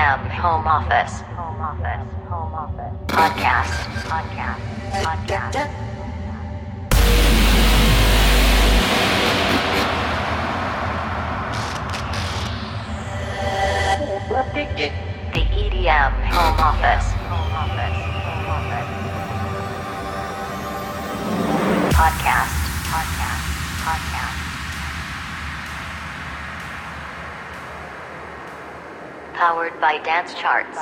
EDM Home Office. Podcast. The EDM Home Office. Podcast. Powered by Dance Charts.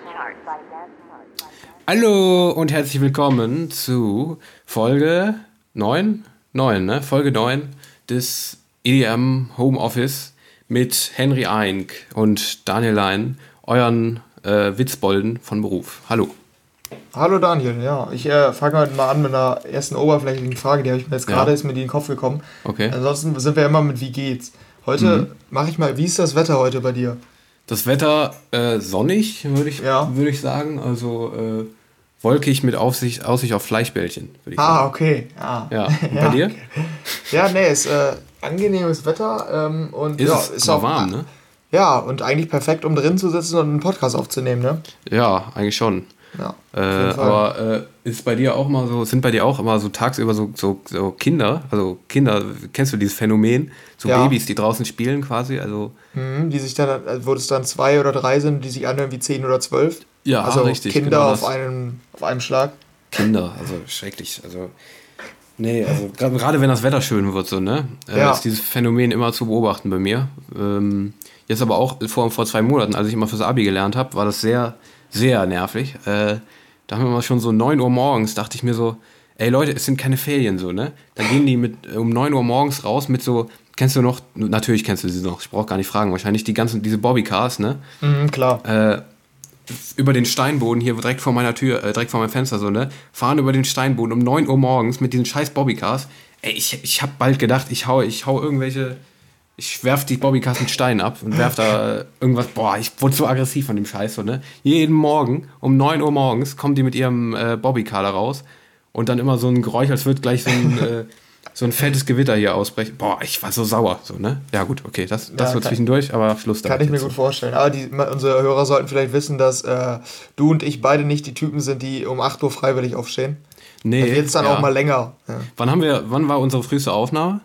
Hallo und herzlich willkommen zu Folge 9? 9, ne? Folge 9 des EDM Home Office mit Henry Eink und Daniel Lein, euren Witzbolden von Beruf. Hallo. Hallo Daniel, ja. Ich fange heute mal an mit einer ersten oberflächlichen Frage, die habe ich mir jetzt gerade ist mir die in den Kopf gekommen. Okay. Ansonsten sind wir immer mit wie geht's. Heute mache ich mal, wie ist das Wetter heute bei dir? Das Wetter sonnig, würde ich sagen. Also wolkig mit Aussicht auf Fleischbällchen, würde ich sagen. Okay. Ja. Und bei dir? Ja, nee, ist angenehmes Wetter und ist auch warm, ne? Ja, und eigentlich perfekt, um drin zu sitzen und einen Podcast aufzunehmen, ne? Ja, eigentlich schon. Ja, aber ist bei dir auch mal so, sind bei dir auch immer so tagsüber so Kinder, kennst du dieses Phänomen, so Babys, die draußen spielen quasi, also die sich dann, wo es dann 2 oder 3 sind, die sich anhören wie 10 oder 12. Ja, also richtig. Kinder genau auf einem Schlag. Kinder, also schrecklich, also nee, also gerade wenn das Wetter schön wird, so, ne, ist dieses Phänomen immer zu beobachten bei mir. Jetzt aber auch vor 2 Monaten, als ich immer fürs Abi gelernt habe, war das sehr, sehr nervig. Da haben wir mal schon so 9 Uhr morgens, dachte ich mir so, ey Leute, es sind keine Ferien so, ne? Dann gehen die um 9 Uhr morgens raus mit so, kennst du noch, natürlich kennst du sie noch, ich brauche gar nicht fragen, wahrscheinlich diese Bobbycars, ne? Klar. Über den Steinboden hier direkt vor meiner Tür, direkt vor meinem Fenster so, ne? Fahren über den Steinboden um 9 Uhr morgens mit diesen scheiß Bobbycars. Ey, ich hab bald gedacht, ich hau ich werf die Bobbycars mit Steinen ab und werf da irgendwas. Boah, ich wurde so aggressiv von dem Scheiß, so, ne? Jeden Morgen um 9 Uhr morgens kommen die mit ihrem Bobbycar da raus und dann immer so ein Geräusch, als würde gleich so ein fettes Gewitter hier ausbrechen. Boah, ich war so sauer, so, ne? Ja gut, okay, das wird zwischendurch, aber Schluss damit. Kann ich mir gut vorstellen. Aber unsere Hörer sollten vielleicht wissen, dass du und ich beide nicht die Typen sind, die um 8 Uhr freiwillig aufstehen. Nee. Da geht's dann auch mal länger. Ja. Wann war unsere früheste Aufnahme?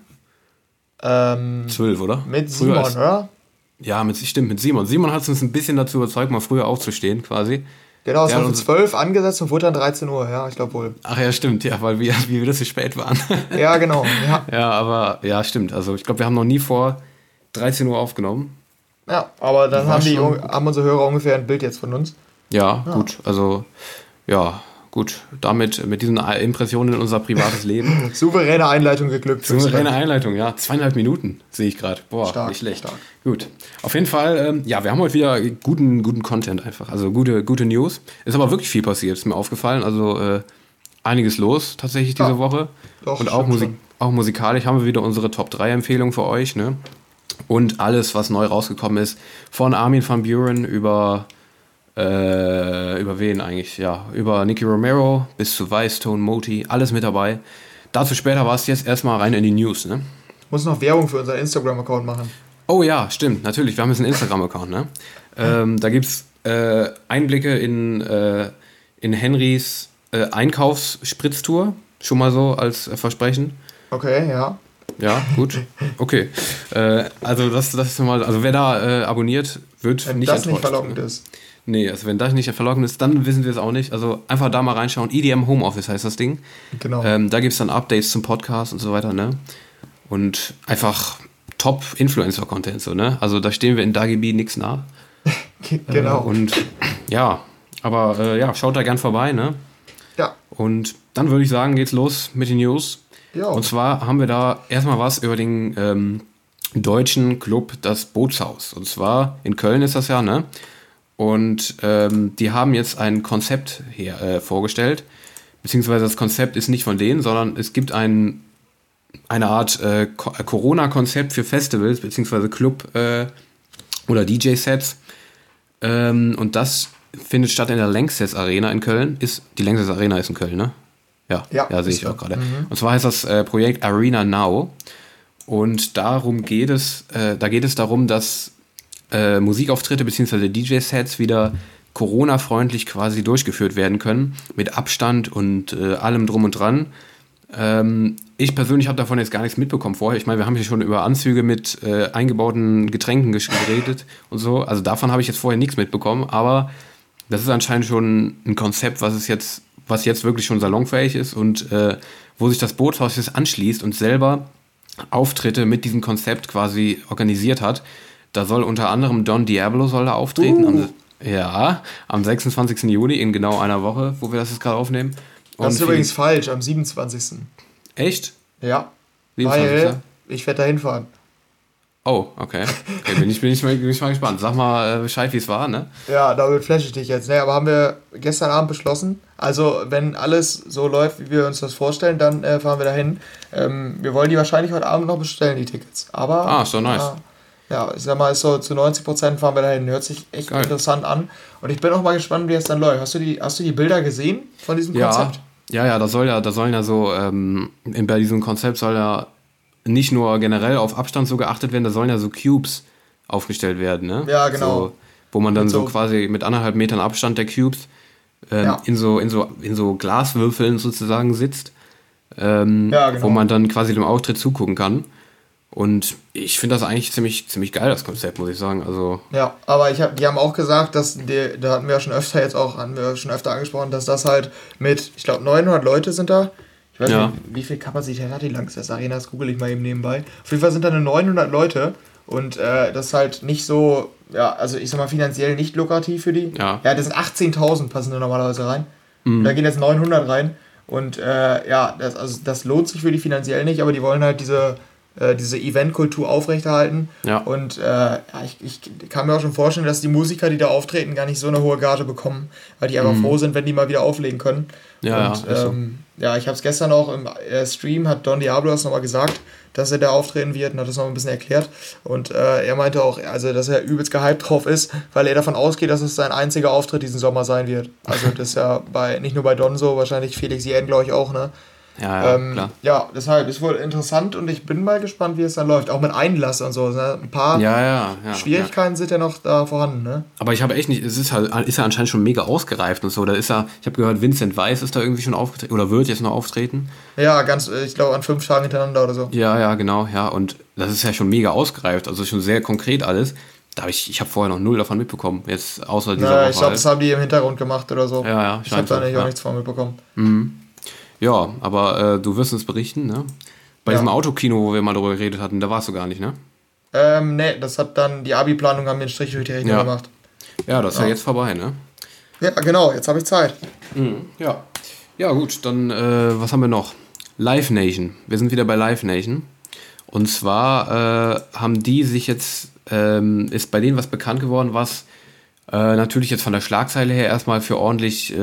12, oder? Mit Simon, oder? Ja, mit Simon. Simon hat uns ein bisschen dazu überzeugt, mal früher aufzustehen, quasi. Genau, es war für 12 angesetzt und wurde dann 13 Uhr, ja, ich glaube wohl. Ach ja, stimmt, ja, weil wir das so spät waren. Ja, genau. Ja, ja, aber, ja, stimmt. Also ich glaube, wir haben noch nie vor 13 Uhr aufgenommen. Ja, aber dann haben unsere Hörer ungefähr ein Bild jetzt von uns. Ja, gut, also, ja, gut. Damit, mit diesen Impressionen in unser privates Leben. Souveräne Einleitung geglückt. Souveräne Einleitung, ja. 2,5 Minuten sehe ich gerade. Boah, stark, nicht schlecht. Stark. Gut. Auf jeden Fall, wir haben heute wieder guten Content einfach. Also gute News. Ist aber wirklich viel passiert, ist mir aufgefallen. Also einiges los tatsächlich diese Woche. Doch, und auch musikalisch haben wir wieder unsere Top 3 Empfehlungen für euch, ne? Und alles, was neu rausgekommen ist. Von Armin van Buuren über wen eigentlich? Ja, über Nicky Romero bis zu Vice, Tone, Moti, alles mit dabei. Dazu später war es jetzt erstmal rein in die News, ne? Muss noch Werbung für unseren Instagram-Account machen. Oh ja, stimmt, natürlich. Wir haben jetzt einen Instagram-Account, ne? Da gibt's Einblicke in Henrys Einkaufsspritztour. Schon mal so als Versprechen. Okay, ja. Ja, gut. Okay. Also das ist mal, also wer da abonniert, wird wenn nicht das enttäuscht. Nicht verlockend ist. Nee, also wenn das nicht verlockend ist, dann wissen wir es auch nicht. Also einfach da mal reinschauen. EDM Home Office heißt das Ding. Genau. Da gibt es dann Updates zum Podcast und so weiter, ne? Und einfach Top-Influencer-Content, so, ne? Also da stehen wir in Dagibi nichts nach. Genau. Und ja, aber schaut da gern vorbei, ne? Ja. Und dann würde ich sagen, geht's los mit den News. Ja. Und zwar haben wir da erstmal was über den deutschen Club Das Bootshaus. Und zwar in Köln ist das ja, ne? Und die haben jetzt ein Konzept hier vorgestellt, beziehungsweise das Konzept ist nicht von denen, sondern es gibt eine Art Corona-Konzept für Festivals, beziehungsweise Club- oder DJ-Sets. Und das findet statt in der Lanxess Arena in Köln. Die Lanxess Arena ist in Köln, ne? Ja, sehe ich auch gerade. Und zwar heißt das Projekt Arena Now. Und da geht es darum, dass Musikauftritte bzw. DJ-Sets wieder Corona-freundlich quasi durchgeführt werden können, mit Abstand und allem drum und dran. Ich persönlich habe davon jetzt gar nichts mitbekommen vorher. Ich meine, wir haben hier schon über Anzüge mit eingebauten Getränken geredet und so. Also davon habe ich jetzt vorher nichts mitbekommen, aber das ist anscheinend schon ein Konzept, was jetzt wirklich schon salonfähig ist und wo sich das Bootshaus jetzt anschließt und selber Auftritte mit diesem Konzept quasi organisiert hat. Da soll unter anderem Don Diablo soll da auftreten. Am 26. Juni, in genau einer Woche, wo wir das jetzt gerade aufnehmen. Und das ist übrigens falsch, am 27. Echt? Ja, 27. weil ich werde da hinfahren. Oh, okay. Bin ich mal gespannt. Sag mal Bescheid, wie es war, ne? Ja, damit flashe ich dich jetzt. Ne, aber haben wir gestern Abend beschlossen. Also, wenn alles so läuft, wie wir uns das vorstellen, dann fahren wir dahin. Wir wollen die wahrscheinlich heute Abend noch bestellen, die Tickets. Aber, ist doch nice. Ja, ich sag mal, ist so zu 90% fahren wir dahin. Hört sich echt geil. Interessant an. Und ich bin auch mal gespannt, wie es dann läuft. Hast du die Bilder gesehen von diesem Konzept? Ja, da sollen ja so, bei diesem Konzept soll ja nicht nur generell auf Abstand so geachtet werden, da sollen ja so Cubes aufgestellt werden, ne? Ja, genau. So, wo man dann so quasi mit 1,5 Metern Abstand der Cubes in so Glaswürfeln sozusagen sitzt, genau. Wo man dann quasi dem Auftritt zugucken kann. Und ich finde das eigentlich ziemlich geil, das Konzept, muss ich sagen. Also ja, aber die haben auch gesagt, dass da hatten wir schon öfter angesprochen, dass das halt mit, ich glaube 900 Leute sind da. Ich weiß nicht, wie viel Kapazität hat die Langsess Arena, das google ich mal eben nebenbei. Auf jeden Fall sind da nur 900 Leute und das ist halt nicht so, ja, also ich sag mal finanziell nicht lukrativ für die. Ja, das sind 18.000 passen da normalerweise rein. Da gehen jetzt 900 rein und das lohnt sich für die finanziell nicht, aber die wollen halt diese Eventkultur aufrechterhalten. Ja. Und ich kann mir auch schon vorstellen, dass die Musiker, die da auftreten, gar nicht so eine hohe Gage bekommen, weil die einfach froh sind, wenn die mal wieder auflegen können. Ja, und ich habe es gestern auch im Stream, hat Don Diablo das nochmal gesagt, dass er da auftreten wird und hat das noch ein bisschen erklärt. Und er meinte auch, also dass er übelst gehypt drauf ist, weil er davon ausgeht, dass es sein einziger Auftritt diesen Sommer sein wird. Also das ist ja nicht nur bei Don so, wahrscheinlich Felix Jähn, glaube ich, auch, ne? Ja, klar. Ja, deshalb ist wohl interessant und ich bin mal gespannt, wie es dann läuft. Auch mit Einlass und so. Ne? Ein paar Schwierigkeiten sind ja noch da vorhanden. Ne? Aber ich habe echt nicht, ist ja anscheinend schon mega ausgereift und so. Da ist ja, ich habe gehört, Vincent Weiss ist da irgendwie schon aufgetreten oder wird jetzt noch auftreten. Ja, ich glaube an 5 Tagen hintereinander oder so. Ja, genau, ja. Und das ist ja schon mega ausgereift, also schon sehr konkret alles. Ich habe vorher noch null davon mitbekommen, jetzt außer dieser Woche. Ich glaube, das haben die im Hintergrund gemacht oder so. Ja, ich habe da auch nichts von mitbekommen. Mhm. Ja, aber du wirst uns berichten, ne? Bei diesem Autokino, wo wir mal darüber geredet hatten, da warst du gar nicht, ne? Nee, das hat dann die Abi-Planung, haben wir einen Strich durch die Rechnung gemacht. Ja, das ist ja jetzt vorbei, ne? Ja, genau, jetzt habe ich Zeit. Ja. Ja, gut, dann was haben wir noch? Live Nation. Wir sind wieder bei Live Nation. Und zwar haben die sich jetzt, ist bei denen was bekannt geworden, was natürlich jetzt von der Schlagzeile her erstmal für ordentlich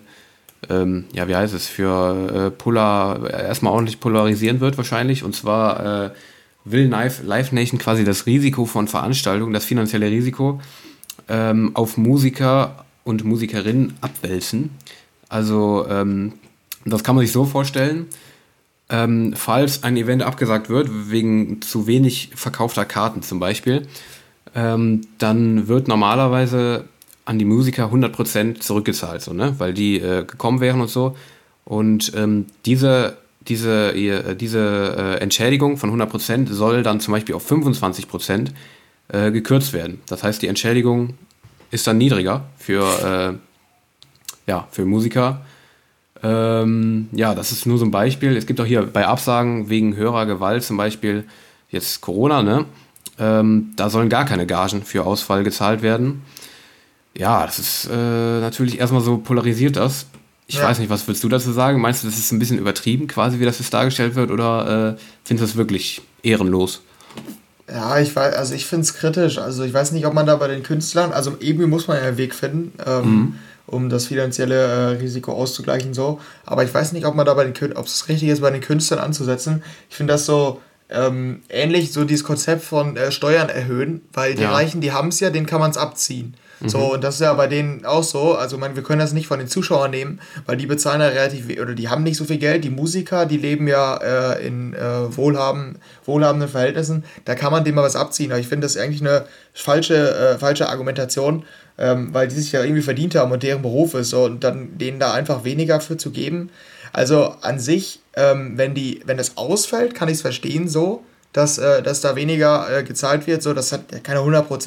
erstmal ordentlich polarisieren wird wahrscheinlich. Und zwar will Live Nation quasi das Risiko von Veranstaltungen, das finanzielle Risiko, auf Musiker und Musikerinnen abwälzen. Also das kann man sich so vorstellen, falls ein Event abgesagt wird, wegen zu wenig verkaufter Karten zum Beispiel, dann wird normalerweise an die Musiker 100% zurückgezahlt, so, ne? Weil die gekommen wären und so. Und diese Entschädigung von 100% soll dann zum Beispiel auf 25% gekürzt werden. Das heißt, die Entschädigung ist dann niedriger für Musiker. Das ist nur so ein Beispiel. Es gibt auch hier bei Absagen wegen höherer Gewalt zum Beispiel jetzt Corona, ne? Da sollen gar keine Gagen für Ausfall gezahlt werden. Ja, das ist natürlich erstmal so polarisiert das. Ich weiß nicht, was würdest du dazu sagen? Meinst du, das ist ein bisschen übertrieben, quasi, wie das jetzt dargestellt wird, oder findest du das wirklich ehrenlos? Ja, ich finde es kritisch. Also ich weiß nicht, ob man da bei den Künstlern, also irgendwie muss man ja einen Weg finden, um das finanzielle Risiko auszugleichen, so. Aber ich weiß nicht, ob man da ob es richtig ist, bei den Künstlern anzusetzen. Ich finde das so ähnlich, so dieses Konzept von Steuern erhöhen, weil die Reichen, die haben es ja, denen kann man es abziehen. So, und das ist ja bei denen auch so. Also, wir können das nicht von den Zuschauern nehmen, weil die bezahlen ja oder die haben nicht so viel Geld. Die Musiker, die leben ja in wohlhabenden Verhältnissen. Da kann man dem mal was abziehen. Aber ich finde das eigentlich eine falsche Argumentation, weil die sich ja irgendwie verdient haben und deren Beruf ist. So, und dann denen da einfach weniger für zu geben. Also, an sich, wenn das ausfällt, kann ich es verstehen so, dass da weniger gezahlt wird, so, dass man da keine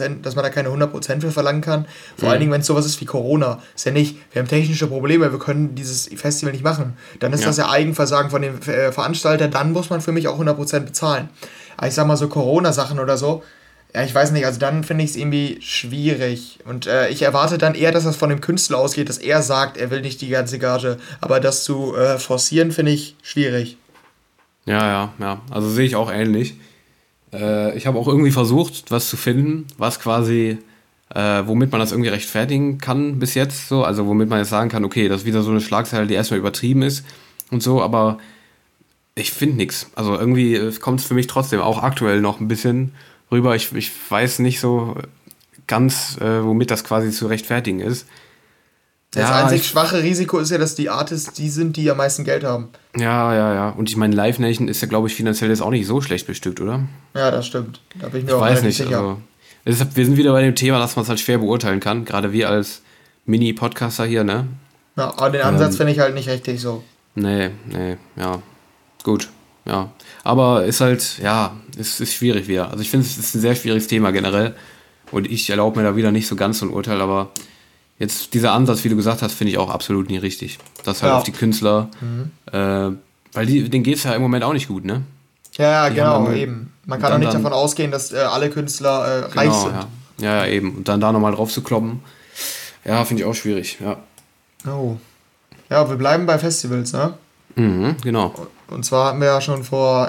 100% für verlangen kann. Vor allen Dingen, wenn es sowas ist wie Corona. Ist ja nicht, wir haben technische Probleme, wir können dieses Festival nicht machen. Dann ist das ja Eigenversagen von dem Veranstalter, dann muss man für mich auch 100% bezahlen. Aber ich sag mal so Corona-Sachen oder so, ja, ich weiß nicht, also dann finde ich es irgendwie schwierig. Und ich erwarte dann eher, dass das von dem Künstler ausgeht, dass er sagt, er will nicht die ganze Gage. Aber das zu forcieren, finde ich schwierig. Ja. Also sehe ich auch ähnlich. Ich habe auch irgendwie versucht, was zu finden, was quasi, womit man das irgendwie rechtfertigen kann bis jetzt. So. Also womit man jetzt sagen kann, okay, das ist wieder so eine Schlagzeile, die erstmal übertrieben ist und so, aber ich finde nichts. Also irgendwie kommt es für mich trotzdem auch aktuell noch ein bisschen rüber. Ich weiß nicht so ganz, womit das quasi zu rechtfertigen ist. Das einzig schwache Risiko ist ja, dass die Artists die sind, die am meisten Geld haben. Ja. Und ich meine, Live Nation ist ja, glaube ich, finanziell jetzt auch nicht so schlecht bestückt, oder? Ja, das stimmt. Da bin ich mir Ich auch weiß relativ nicht. sicher. Also, deshalb, wir sind wieder bei dem Thema, dass man es halt schwer beurteilen kann. Gerade wir als Mini-Podcaster hier, ne? Ja, aber den Ansatz finde ich halt nicht richtig so. Nee, ja. Gut, ja. Aber ist halt, ja, es ist schwierig wieder. Also ich finde, es ist ein sehr schwieriges Thema generell. Und ich erlaube mir da wieder nicht so ganz so ein Urteil, aber jetzt dieser Ansatz, wie du gesagt hast, finde ich auch absolut nie richtig. Das halt auf die Künstler, weil denen geht es ja im Moment auch nicht gut, ne? Ja, genau, eben. Man kann auch nicht davon ausgehen, dass alle Künstler reich sind. Ja, eben. Und dann da nochmal drauf zu kloppen, ja, finde ich auch schwierig, ja. Oh. Ja, wir bleiben bei Festivals, ne? Mhm, genau. Und zwar hatten wir ja schon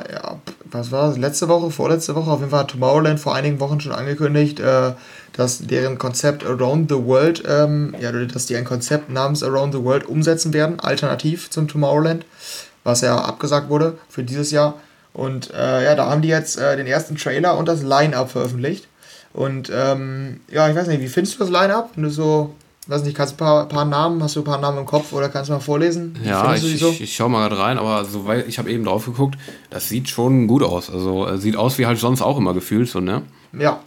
was war das, vorletzte Woche, auf jeden Fall hat Tomorrowland vor einigen Wochen schon angekündigt, dass deren Konzept Around the World, dass die ein Konzept namens Around the World umsetzen werden, alternativ zum Tomorrowland, was ja abgesagt wurde für dieses Jahr. Und da haben die jetzt den ersten Trailer und das Line-Up veröffentlicht. Und ich weiß nicht, wie findest du das Line-Up? Wenn du so, weiß nicht, hast du ein paar Namen im Kopf oder kannst du mal vorlesen? Ja, ich schau mal gerade rein, aber soweit, ich habe eben drauf geguckt, das sieht schon gut aus. Also sieht aus wie halt sonst auch immer gefühlt, so, ne? Ja.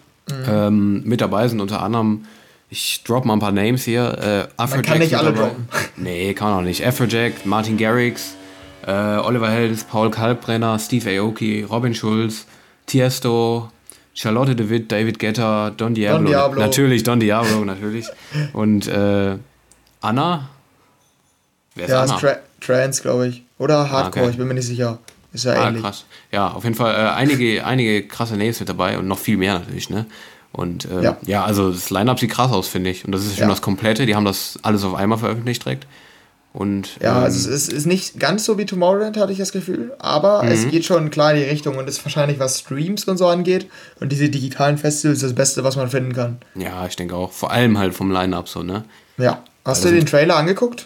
Mit dabei sind unter anderem, ich drop mal ein paar Names hier. Man kann nicht alle droppen. Nee, kann man auch nicht. Afrojack, Martin Garrix, Oliver Heldens, Paul Kalkbrenner, Steve Aoki, Robin Schulz, Tiesto, Charlotte de Witt, David Guetta, Don Diablo. Natürlich, Don Diablo, natürlich. Und Anna? Wer ist Anna? Ja, ist Trance, glaube ich. Oder Hardcore, okay. Ich bin mir nicht sicher. Ist ja ähnlich. Krass. Ja, auf jeden Fall einige krasse Names mit dabei und noch viel mehr natürlich, ne? Und also das Line-Up sieht krass aus, finde ich. Und das ist schon das Komplette. Die haben das alles auf einmal veröffentlicht direkt. Und, also es ist nicht ganz so wie Tomorrowland, hatte ich das Gefühl, aber es geht schon klar in die Richtung und ist wahrscheinlich, was Streams und so angeht und diese digitalen Festivals, das Beste, was man finden kann. Ja, ich denke auch. Vor allem halt vom Line-Up so, ne? Ja. Hast du den Trailer angeguckt?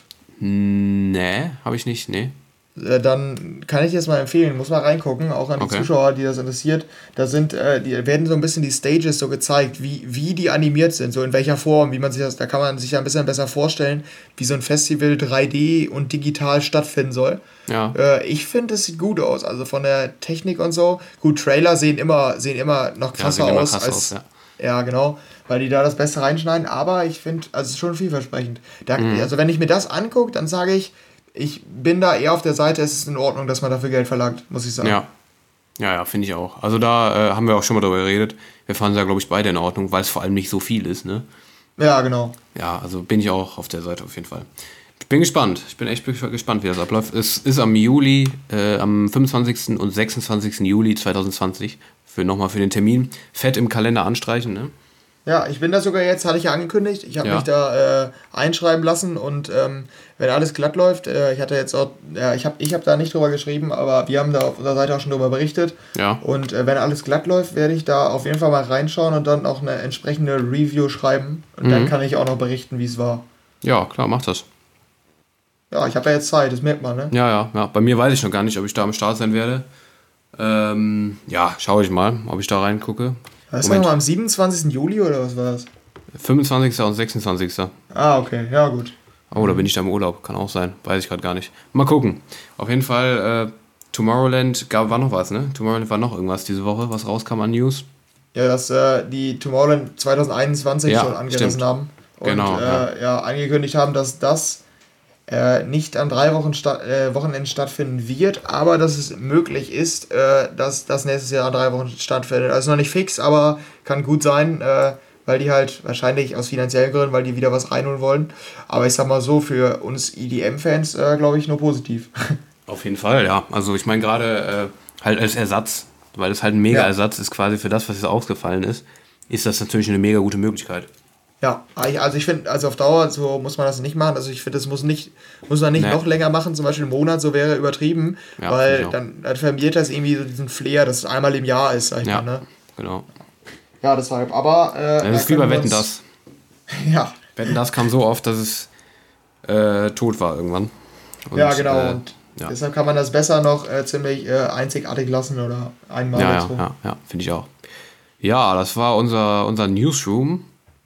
Nee, habe ich nicht, nee. Dann kann ich jetzt mal empfehlen, muss mal reingucken, auch an die Zuschauer, die das interessiert. Da die werden so ein bisschen die Stages so gezeigt, wie die animiert sind, so in welcher Form, da kann man sich ja ein bisschen besser vorstellen, wie so ein Festival 3D und digital stattfinden soll. Ja. Ich finde, es sieht gut aus, also von der Technik und so. Gut, Trailer sehen immer noch krasser aus als. Ja, genau, weil die da das Beste reinschneiden, aber ich finde, also es ist schon vielversprechend. Also wenn ich mir das angucke, dann sage ich bin da eher auf der Seite, es ist in Ordnung, dass man dafür Geld verlangt, muss ich sagen. Ja, finde ich auch. Also da haben wir auch schon mal drüber geredet. Wir fanden es ja, glaube ich, beide in Ordnung, weil es vor allem nicht so viel ist, ne? Ja, genau. Ja, also bin ich auch auf der Seite auf jeden Fall. Ich bin gespannt. Ich bin echt gespannt, wie das abläuft. Es ist am 25. und 26. Juli 2020 für den Termin. Fett im Kalender anstreichen, ne? Ja, ich bin da sogar jetzt, hatte ich ja angekündigt, ich habe mich da einschreiben lassen und wenn alles glatt läuft, ich hatte jetzt auch, ich hab da nicht drüber geschrieben, aber wir haben da auf unserer Seite auch schon drüber berichtet. Ja. Und wenn alles glatt läuft, werde ich da auf jeden Fall mal reinschauen und dann auch eine entsprechende Review schreiben und dann kann ich auch noch berichten, wie es war. Ja, klar, mach das. Ja, ich habe ja jetzt Zeit, das merkt man, ne? Ja. Bei mir weiß ich noch gar nicht, ob ich da am Start sein werde. Schaue ich mal, ob ich da reingucke. Was war mal am 27. Juli oder was war das? 25. und 26. Ah, okay, ja gut. Oh, da bin ich da im Urlaub, kann auch sein, weiß ich gerade gar nicht. Mal gucken. Auf jeden Fall, Tomorrowland, war noch was, ne? Tomorrowland war noch irgendwas diese Woche, was rauskam an News. Ja, dass die Tomorrowland 2021 schon angerissen stimmt. haben. Und Genau, angekündigt haben, dass das nicht an 3 Wochenenden stattfinden wird, aber dass es möglich ist, dass das nächstes Jahr an 3 Wochen stattfindet. Also noch nicht fix, aber kann gut sein, weil die halt wahrscheinlich aus finanziellen Gründen, weil die wieder was reinholen wollen. Aber ich sag mal so, für uns EDM-Fans glaube ich nur positiv. Auf jeden Fall, ja. Also ich meine gerade halt als Ersatz, weil es halt ein Mega-Ersatz ist quasi für das, was jetzt ausgefallen ist das natürlich eine mega gute Möglichkeit. Ja, also ich finde, also auf Dauer so muss man das nicht machen. Also ich finde, das muss man nicht noch länger machen, zum Beispiel einen Monat, so wäre übertrieben, Ja, weil dann verliert das irgendwie so diesen Flair, dass es einmal im Jahr ist, sag ich mal, ne? Genau. Ja, deshalb, aber... das ist wie bei Wetten, das. Ja. Wetten, das kam so oft, dass es tot war irgendwann. Und, ja, genau, und ja. deshalb kann man das besser noch ziemlich einzigartig lassen oder einmal Ja, so. ja, finde ich auch. Ja, das war unser Newsroom.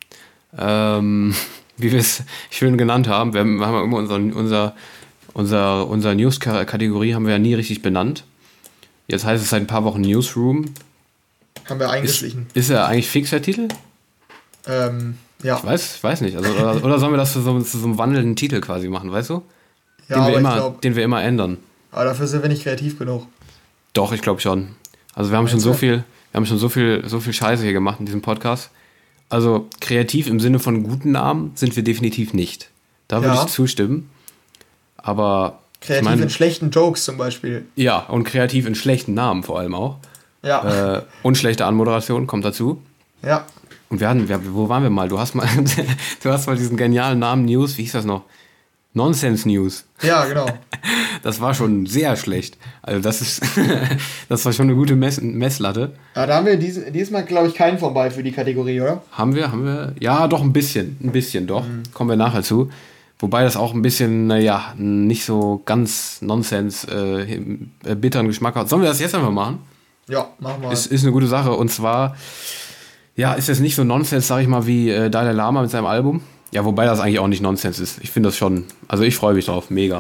Wie wir es schön genannt haben. Wir haben ja immer unser News-Kategorie haben wir ja nie richtig benannt. Jetzt heißt es seit ein paar Wochen Newsroom. Haben wir eingeschlichen. Ist er eigentlich fix, der Titel? Ja. Ich weiß nicht. Also, oder sollen wir das zu so einem wandelnden Titel quasi machen, weißt du? Ja, Den wir immer ändern. Aber dafür sind wir nicht kreativ genug. Doch, ich glaube schon. Also wir haben schon so viel Scheiße hier gemacht in diesem Podcast. Also kreativ im Sinne von guten Namen sind wir definitiv nicht. Da würde ich zustimmen. Aber kreativ in schlechten Jokes zum Beispiel. Ja, und kreativ in schlechten Namen vor allem auch. Ja. Und schlechte Anmoderation kommt dazu. Ja. Und wo waren wir mal? Du hast mal diesen genialen Namen News, wie hieß das noch? Nonsense News. Ja, genau. Das war schon sehr schlecht. Also das war schon eine gute Messlatte. Ja, da haben wir dieses Mal, glaube ich, keinen von beiden für die Kategorie, oder? Haben wir? Ja, doch ein bisschen doch. Kommen wir nachher zu. Wobei das auch ein bisschen, nicht so ganz Nonsens, bitteren Geschmack hat. Sollen wir das jetzt einfach machen? Ja, machen wir. Ist eine gute Sache. Und zwar, ist das nicht so Nonsens, sag ich mal, wie Dalai Lama mit seinem Album. Ja, wobei das eigentlich auch nicht Nonsens ist. Ich finde das schon, also ich freue mich drauf, mega.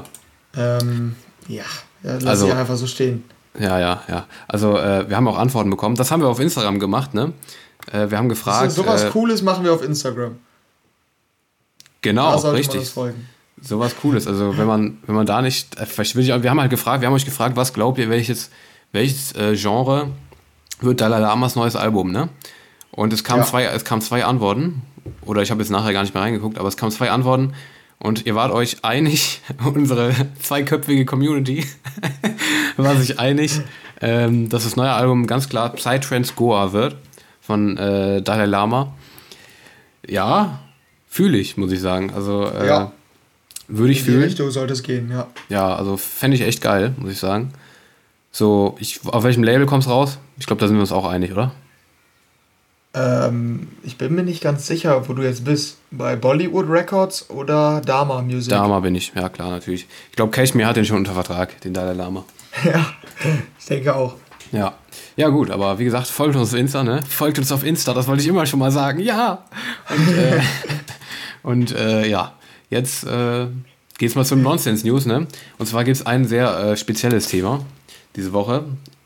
Lass sie einfach so stehen. Ja. Also wir haben auch Antworten bekommen. Das haben wir auf Instagram gemacht, ne? Wir haben gefragt... Sowas Cooles machen wir auf Instagram. Genau, da sollte richtig. Man das folgen. Sowas Cooles. Also wenn man da nicht... wir haben euch gefragt, was glaubt ihr, welches Genre wird Dalai Lamas neues Album, ne? Und es kamen zwei Antworten. Oder ich habe jetzt nachher gar nicht mehr reingeguckt, aber es kamen 2 Antworten. Und ihr wart euch einig, unsere zweiköpfige Community war sich einig, dass das neue Album ganz klar Psytrance Goa wird von Dalai Lama. Ja, fühle ich, muss ich sagen. Also würde ich fühlen. In die Richtung sollte es gehen, ja. Ja, also fände ich echt geil, muss ich sagen. So, auf welchem Label kommt's raus? Ich glaube, da sind wir uns auch einig, oder? Ich bin mir nicht ganz sicher, wo du jetzt bist. Bei Bollywood Records oder Dharma Music? Dharma bin ich, ja klar, natürlich. Ich glaube, Cashmere hat den schon unter Vertrag, den Dalai Lama. Ja, ich denke auch. Ja gut, aber wie gesagt, folgt uns auf Insta, ne? Folgt uns auf Insta, das wollte ich immer schon mal sagen, ja! Und jetzt geht's mal zum Nonsense-News, ne? Und zwar gibt es ein sehr spezielles Thema diese Woche.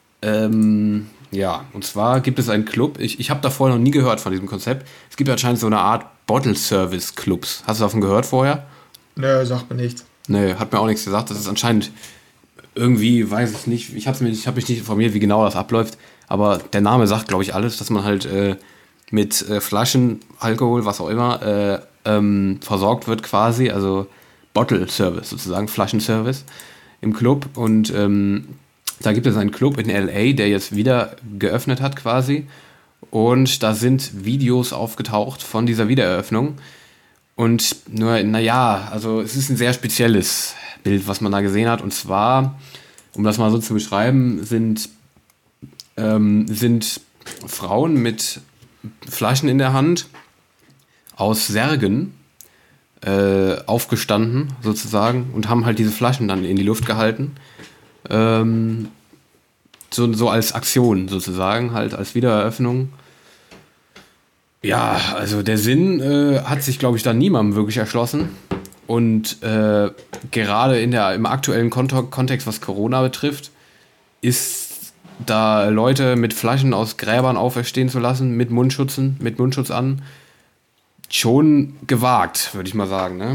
Und zwar gibt es einen Club, ich habe da vorher noch nie gehört von diesem Konzept. Es gibt anscheinend so eine Art Bottle-Service-Clubs. Hast du davon gehört vorher? Nö, sagt mir nichts. Nö, hat mir auch nichts gesagt. Das ist anscheinend irgendwie, weiß ich nicht, ich habe mich nicht informiert, wie genau das abläuft, aber der Name sagt, glaube ich, alles, dass man halt mit Flaschen, Alkohol, was auch immer, versorgt wird quasi, also Bottle-Service sozusagen, Flaschenservice im Club. Und da gibt es einen Club in L.A., der jetzt wieder geöffnet hat quasi. Und da sind Videos aufgetaucht von dieser Wiedereröffnung. Und also es ist ein sehr spezielles Bild, was man da gesehen hat. Und zwar, um das mal so zu beschreiben, sind Frauen mit Flaschen in der Hand aus Särgen aufgestanden sozusagen und haben halt diese Flaschen dann in die Luft gehalten. So als Aktion sozusagen, halt als Wiedereröffnung. Ja, also der Sinn hat sich, glaube ich, dann niemandem wirklich erschlossen. Und gerade im aktuellen Kontext, was Corona betrifft, ist da Leute mit Flaschen aus Gräbern auferstehen zu lassen, mit Mundschutz an, schon gewagt, würde ich mal sagen, ne?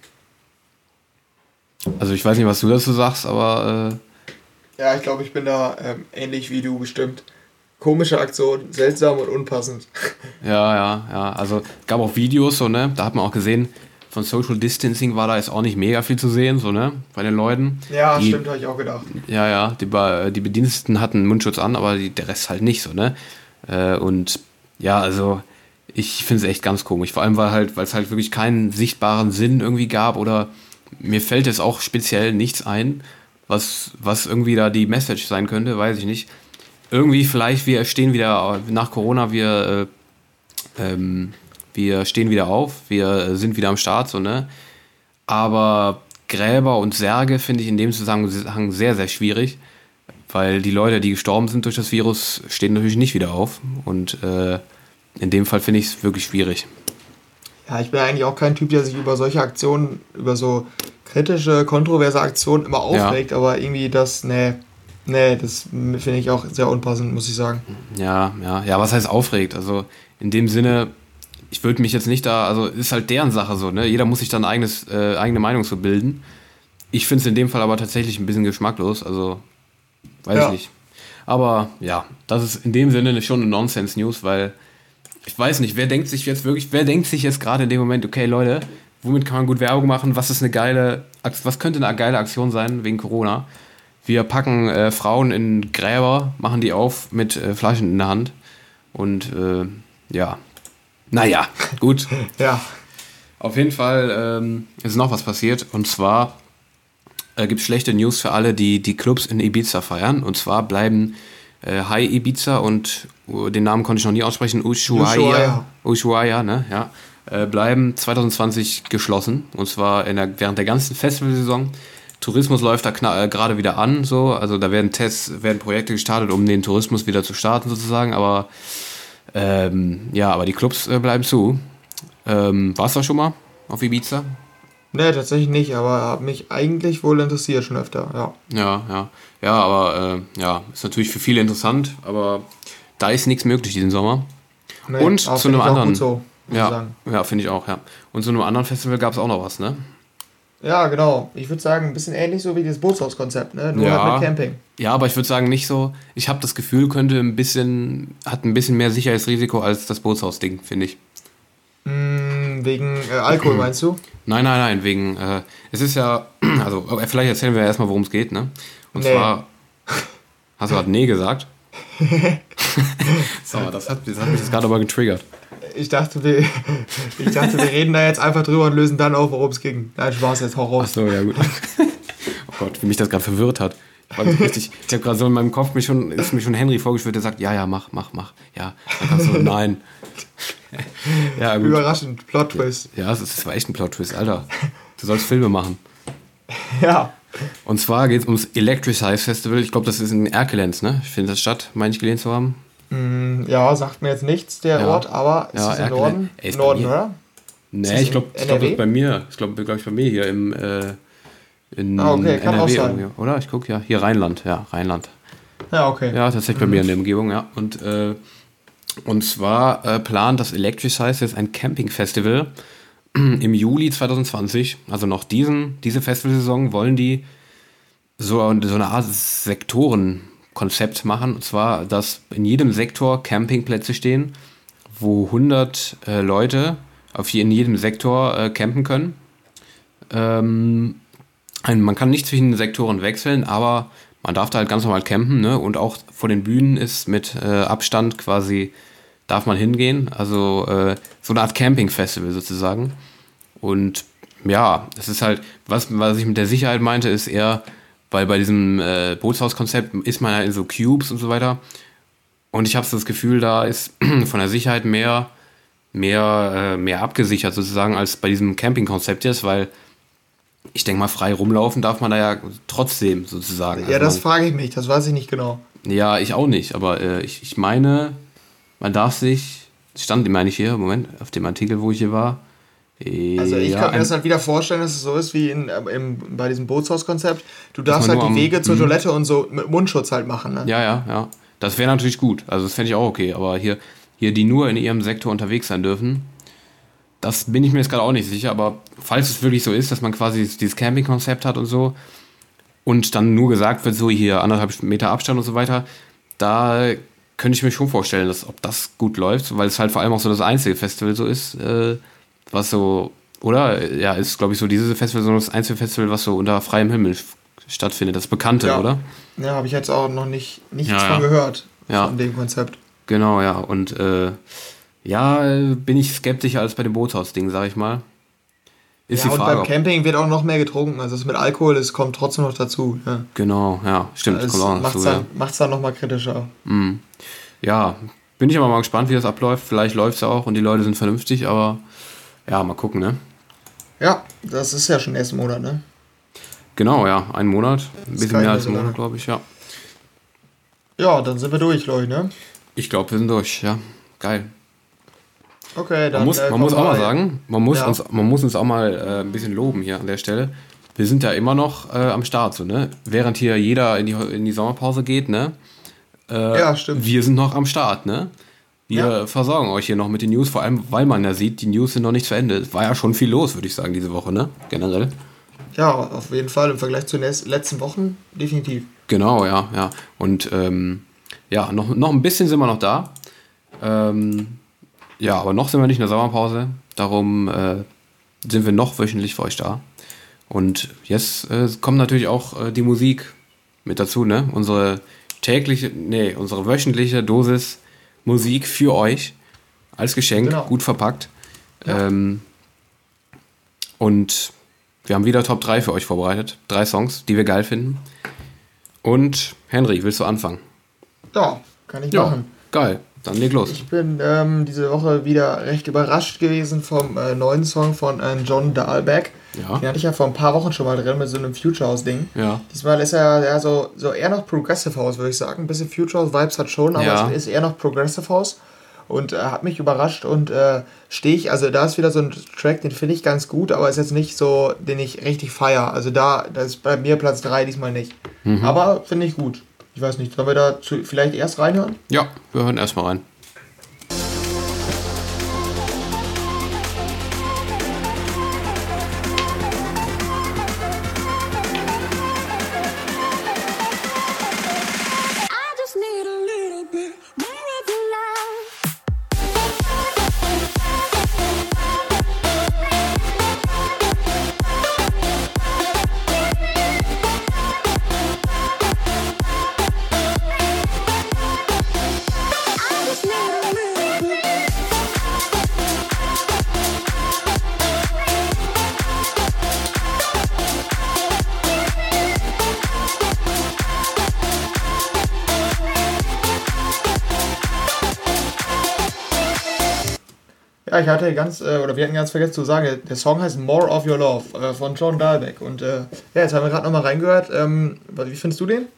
Also ich weiß nicht, was du dazu sagst, aber... Ja, ich glaube, ich bin da ähnlich wie du bestimmt. Komische Aktion, seltsam und unpassend. Ja. Also gab auch Videos, so, ne? Da hat man auch gesehen, von Social Distancing war da jetzt auch nicht mega viel zu sehen, so, ne? Bei den Leuten. Ja, stimmt, habe ich auch gedacht. Ja, die Bediensteten hatten Mundschutz an, aber der Rest halt nicht, so, ne? Und ja, also ich finde es echt ganz komisch. Vor allem, weil es halt wirklich keinen sichtbaren Sinn irgendwie gab oder mir fällt jetzt auch speziell nichts ein, was irgendwie da die Message sein könnte, weiß ich nicht. Irgendwie vielleicht, wir stehen wieder nach Corona, wir stehen wieder auf, wir sind wieder am Start, so, ne? Aber Gräber und Särge finde ich in dem Zusammenhang sehr, sehr schwierig, weil die Leute, die gestorben sind durch das Virus, stehen natürlich nicht wieder auf. Und in dem Fall finde ich es wirklich schwierig. Ja, ich bin eigentlich auch kein Typ, der sich über solche Aktionen, über so kritische, kontroverse Aktionen immer aufregt, aber irgendwie das finde ich auch sehr unpassend, muss ich sagen. Ja, was heißt aufregt? Also in dem Sinne, ich würde mich jetzt nicht also ist halt deren Sache so, ne? Jeder muss sich dann eigene Meinung zu bilden. Ich finde es in dem Fall aber tatsächlich ein bisschen geschmacklos, also weiß ich nicht. Aber ja, das ist in dem Sinne schon eine Nonsense-News, weil ich weiß nicht, wer denkt sich jetzt gerade in dem Moment, okay Leute, womit kann man gut Werbung machen, was könnte eine geile Aktion sein wegen Corona? Wir packen Frauen in Gräber, machen die auf mit Flaschen in der Hand und naja, gut. Ja. Auf jeden Fall ist noch was passiert und zwar gibt es schlechte News für alle, die Clubs in Ibiza feiern. Und zwar bleiben High Ibiza und den Namen konnte ich noch nie aussprechen, Ushuaia, ne? Ja, bleiben 2020 geschlossen. Und zwar während der ganzen Festivalsaison. Tourismus läuft da gerade wieder an, so. Also da werden Projekte gestartet, um den Tourismus wieder zu starten sozusagen. Aber aber die Clubs bleiben zu. Warst du da schon mal auf Ibiza? Nee, tatsächlich nicht, aber hat mich eigentlich wohl interessiert schon öfter, ja. Ja, aber ist natürlich für viele interessant, aber da ist nichts möglich diesen Sommer. Nee, und zu einem anderen. So, ja, finde ich auch, ja. Und zu einem anderen Festival gab es auch noch was, ne? Ja, genau. Ich würde sagen, ein bisschen ähnlich so wie das Bootshauskonzept, ne? Nur halt mit Camping. Ja, aber ich würde sagen, nicht so. Ich habe das Gefühl, hat ein bisschen mehr Sicherheitsrisiko als das Bootshaus-Ding, finde ich. Wegen Alkohol, meinst du? Nein, wegen, es ist ja, also vielleicht erzählen wir erstmal, worum es geht, ne? Und zwar, hast du gerade nee gesagt? So, das hat mich jetzt gerade aber getriggert. Ich dachte, wir reden da jetzt einfach drüber und lösen dann auf, worum es ging. Nein, Spaß, jetzt hau raus. Ach so, ja gut. Oh Gott, wie mich das gerade verwirrt hat. Ich habe gerade so in meinem Kopf ist mir schon Henry vorgeschwört, der sagt, ja, mach. Ja, dann kannst du, nein. Ja, gut. Überraschend, Plot-Twist. Ja, das war echt ein Plot-Twist, Alter. Du sollst Filme machen. Ja. Und zwar geht es ums Electricize Festival. Ich glaube, das ist in Erkelenz, ne? Findet das statt, meine ich gelesen zu haben. Ja, sagt mir jetzt nichts, der Ort, aber ist es im Norden? Im Norden, oder? Nee, ich glaube, das ist bei mir. Ich glaube, bei mir hier in okay, kann NRW auch sein. Oder? Ich gucke, ja, hier Rheinland. Ja, okay. Ja, tatsächlich bei mir in der Umgebung, ja. Und zwar plant das Electricize jetzt ein Camping-Festival im Juli 2020. Also noch diese Festivalsaison wollen die so eine Art Sektorenkonzept machen. Und zwar, dass in jedem Sektor Campingplätze stehen, wo 100 Leute in jedem Sektor campen können. Man kann nicht zwischen den Sektoren wechseln, aber man darf da halt ganz normal campen, ne? Und auch vor den Bühnen ist mit Abstand quasi, darf man hingehen. Also so eine Art Camping-Festival sozusagen. Und ja, es ist halt, was ich mit der Sicherheit meinte, ist eher, weil bei diesem Bootshauskonzept ist man ja in so Cubes und so weiter. Und ich habe so das Gefühl, da ist von der Sicherheit mehr abgesichert sozusagen als bei diesem Camping-Konzept jetzt, weil ich denke mal, frei rumlaufen darf man da ja trotzdem sozusagen. Ja, also das frage ich mich, das weiß ich nicht genau. Ja, ich auch nicht, aber ich meine, man darf sich stand immer nicht hier, Moment, auf dem Artikel, wo ich hier war. Also ich kann mir das halt wieder vorstellen, dass es so ist wie bei diesem Bootshauskonzept. Du darfst halt die Wege zur Toilette und so mit Mundschutz halt machen. Ne? Ja. Das wäre natürlich gut. Also das fände ich auch okay. Aber hier, die nur in ihrem Sektor unterwegs sein dürfen, das bin ich mir jetzt gerade auch nicht sicher. Aber falls es wirklich so ist, dass man quasi dieses Camping-Konzept hat und so und dann nur gesagt wird, so hier 1,5 Meter Abstand und so weiter, da könnte ich mir schon vorstellen, ob das gut läuft, weil es halt vor allem auch so das Einzelfestival so ist, was so, oder? Ja, ist, glaube ich, so dieses Festival, so das Einzelfestival, was so unter freiem Himmel stattfindet. Das Bekannte, oder? Ja, habe ich jetzt auch noch nichts von gehört, von dem Konzept. Genau, ja. Und bin ich skeptischer als bei dem Bootshaus-Ding, sag ich mal. Ist die Frage, und beim Camping wird auch noch mehr getrunken. Also das mit Alkohol, das kommt trotzdem noch dazu. Ja. Genau, ja, stimmt. Das kommt auch noch dazu, macht es dann nochmal kritischer. Ja, bin ich aber mal gespannt, wie das abläuft. Vielleicht läuft es auch und die Leute sind vernünftig, aber ja, mal gucken, ne? Ja, das ist ja schon nächsten Monat, ne? Genau, ja, einen Monat. Ein bisschen mehr als einen Monat, glaube ich, ja. Ja, dann sind wir durch, glaube ich, ne? Ich glaube, wir sind durch, ja. Geil. Okay, dann man muss auch mal sagen, man muss uns auch mal ein bisschen loben hier an der Stelle. Wir sind ja immer noch am Start, so, ne? Während hier jeder in die Sommerpause geht, ne? Ja, stimmt. Wir sind noch am Start, ne? Wir versorgen euch hier noch mit den News, vor allem, weil man ja sieht, die News sind noch nicht zu Ende. Es war ja schon viel los, würde ich sagen, diese Woche, ne? Generell. Ja, auf jeden Fall im Vergleich zu den letzten Wochen definitiv. Genau, ja. Und noch ein bisschen sind wir noch da. Aber noch sind wir nicht in der Sommerpause. Darum sind wir noch wöchentlich für euch da. Und jetzt kommt natürlich auch die Musik mit dazu, ne? Unsere wöchentliche Dosis Musik für euch als Geschenk, gut verpackt. Ja. Und wir haben wieder Top 3 für euch vorbereitet. 3 Songs, die wir geil finden. Und Henry, willst du anfangen? Ja, kann ich machen. Geil, dann leg los. Ich bin diese Woche wieder recht überrascht gewesen vom neuen Song von John Dahlbeck. Ja. Den hatte ich ja vor ein paar Wochen schon mal drin mit so einem Future House Ding. Ja. Diesmal ist er so eher noch Progressive House, würde ich sagen. Ein bisschen Future House Vibes hat schon, aber es ist eher noch Progressive House. Und hat mich überrascht und da ist wieder so ein Track, den finde ich ganz gut, aber ist jetzt nicht so, den ich richtig feiere. Also das ist bei mir Platz 3 diesmal nicht. Aber finde ich gut. Ich weiß nicht, sollen wir da vielleicht erst reinhören? Ja, wir hören erstmal rein. Ja, wir hatten ganz vergessen zu sagen, der Song heißt More of Your Love von John Dahlbeck. Und jetzt haben wir gerade nochmal reingehört. Wie findest du den?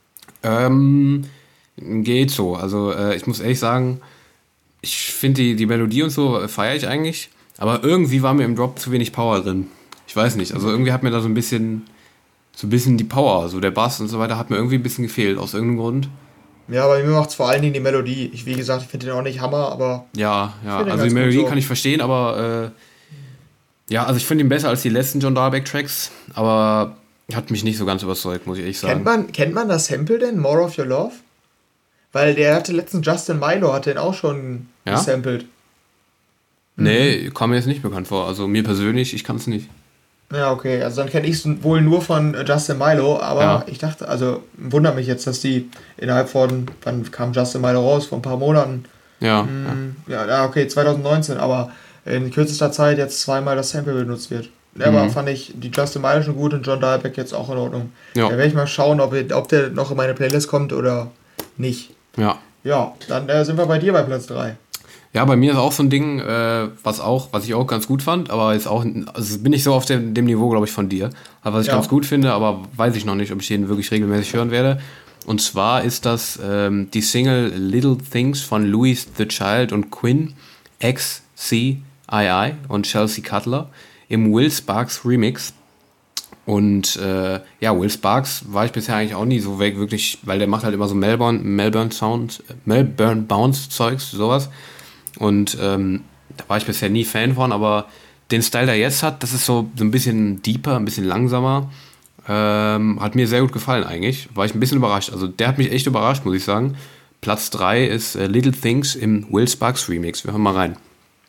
Geht so. Also ich muss ehrlich sagen, ich finde die Melodie und so feiere ich eigentlich. Aber irgendwie war mir im Drop zu wenig Power drin. Ich weiß nicht. Also irgendwie hat mir da so ein bisschen die Power, so der Bass und so weiter, hat mir irgendwie ein bisschen gefehlt, aus irgendeinem Grund. Ja, aber mir macht es vor allen Dingen die Melodie. Wie gesagt, ich finde den auch nicht Hammer, aber... Ja, also die Melodie kann ich verstehen, aber... also ich finde ihn besser als die letzten John Dahlbeck-Tracks, aber hat mich nicht so ganz überzeugt, muss ich ehrlich sagen. Kennt man das Sample denn, More of Your Love? Weil der hatte letztens, Justin Milo hat den auch schon gesampelt. Nee, kam mir jetzt nicht bekannt vor. Also mir persönlich, ich kann es nicht. Ja, okay, also dann kenne ich es wohl nur von Justin Milo, aber ich dachte, also wundert mich jetzt, dass die innerhalb von, wann kam Justin Milo raus? Vor ein paar Monaten. Ja, okay, 2019, aber in kürzester Zeit jetzt zweimal das Sample benutzt wird. Ja, aber fand ich die Justin Milo schon gut und John Dahlbeck jetzt auch in Ordnung. Ja. Da werde ich mal schauen, ob der noch in meine Playlist kommt oder nicht. Ja. Ja, dann sind wir bei dir bei Platz 3. Ja, bei mir ist auch so ein Ding, was ich auch ganz gut fand, aber jetzt auch, also bin ich so auf dem Niveau, glaube ich, von dir. Aber was ich ganz gut finde, aber weiß ich noch nicht, ob ich den wirklich regelmäßig hören werde. Und zwar ist das die Single Little Things von Louis the Child und Quinn. XCII und Chelsea Cutler im Will Sparks Remix. Und Will Sparks war ich bisher eigentlich auch nie so wirklich, weil der macht halt immer so Melbourne Bounce Zeugs, sowas. Und da war ich bisher nie Fan von, aber den Style, der er jetzt hat, das ist so ein bisschen deeper, ein bisschen langsamer. Hat mir sehr gut gefallen eigentlich. War ich ein bisschen überrascht. Also der hat mich echt überrascht, muss ich sagen. Platz 3 ist Little Things im Will Sparks Remix. Wir hören mal rein.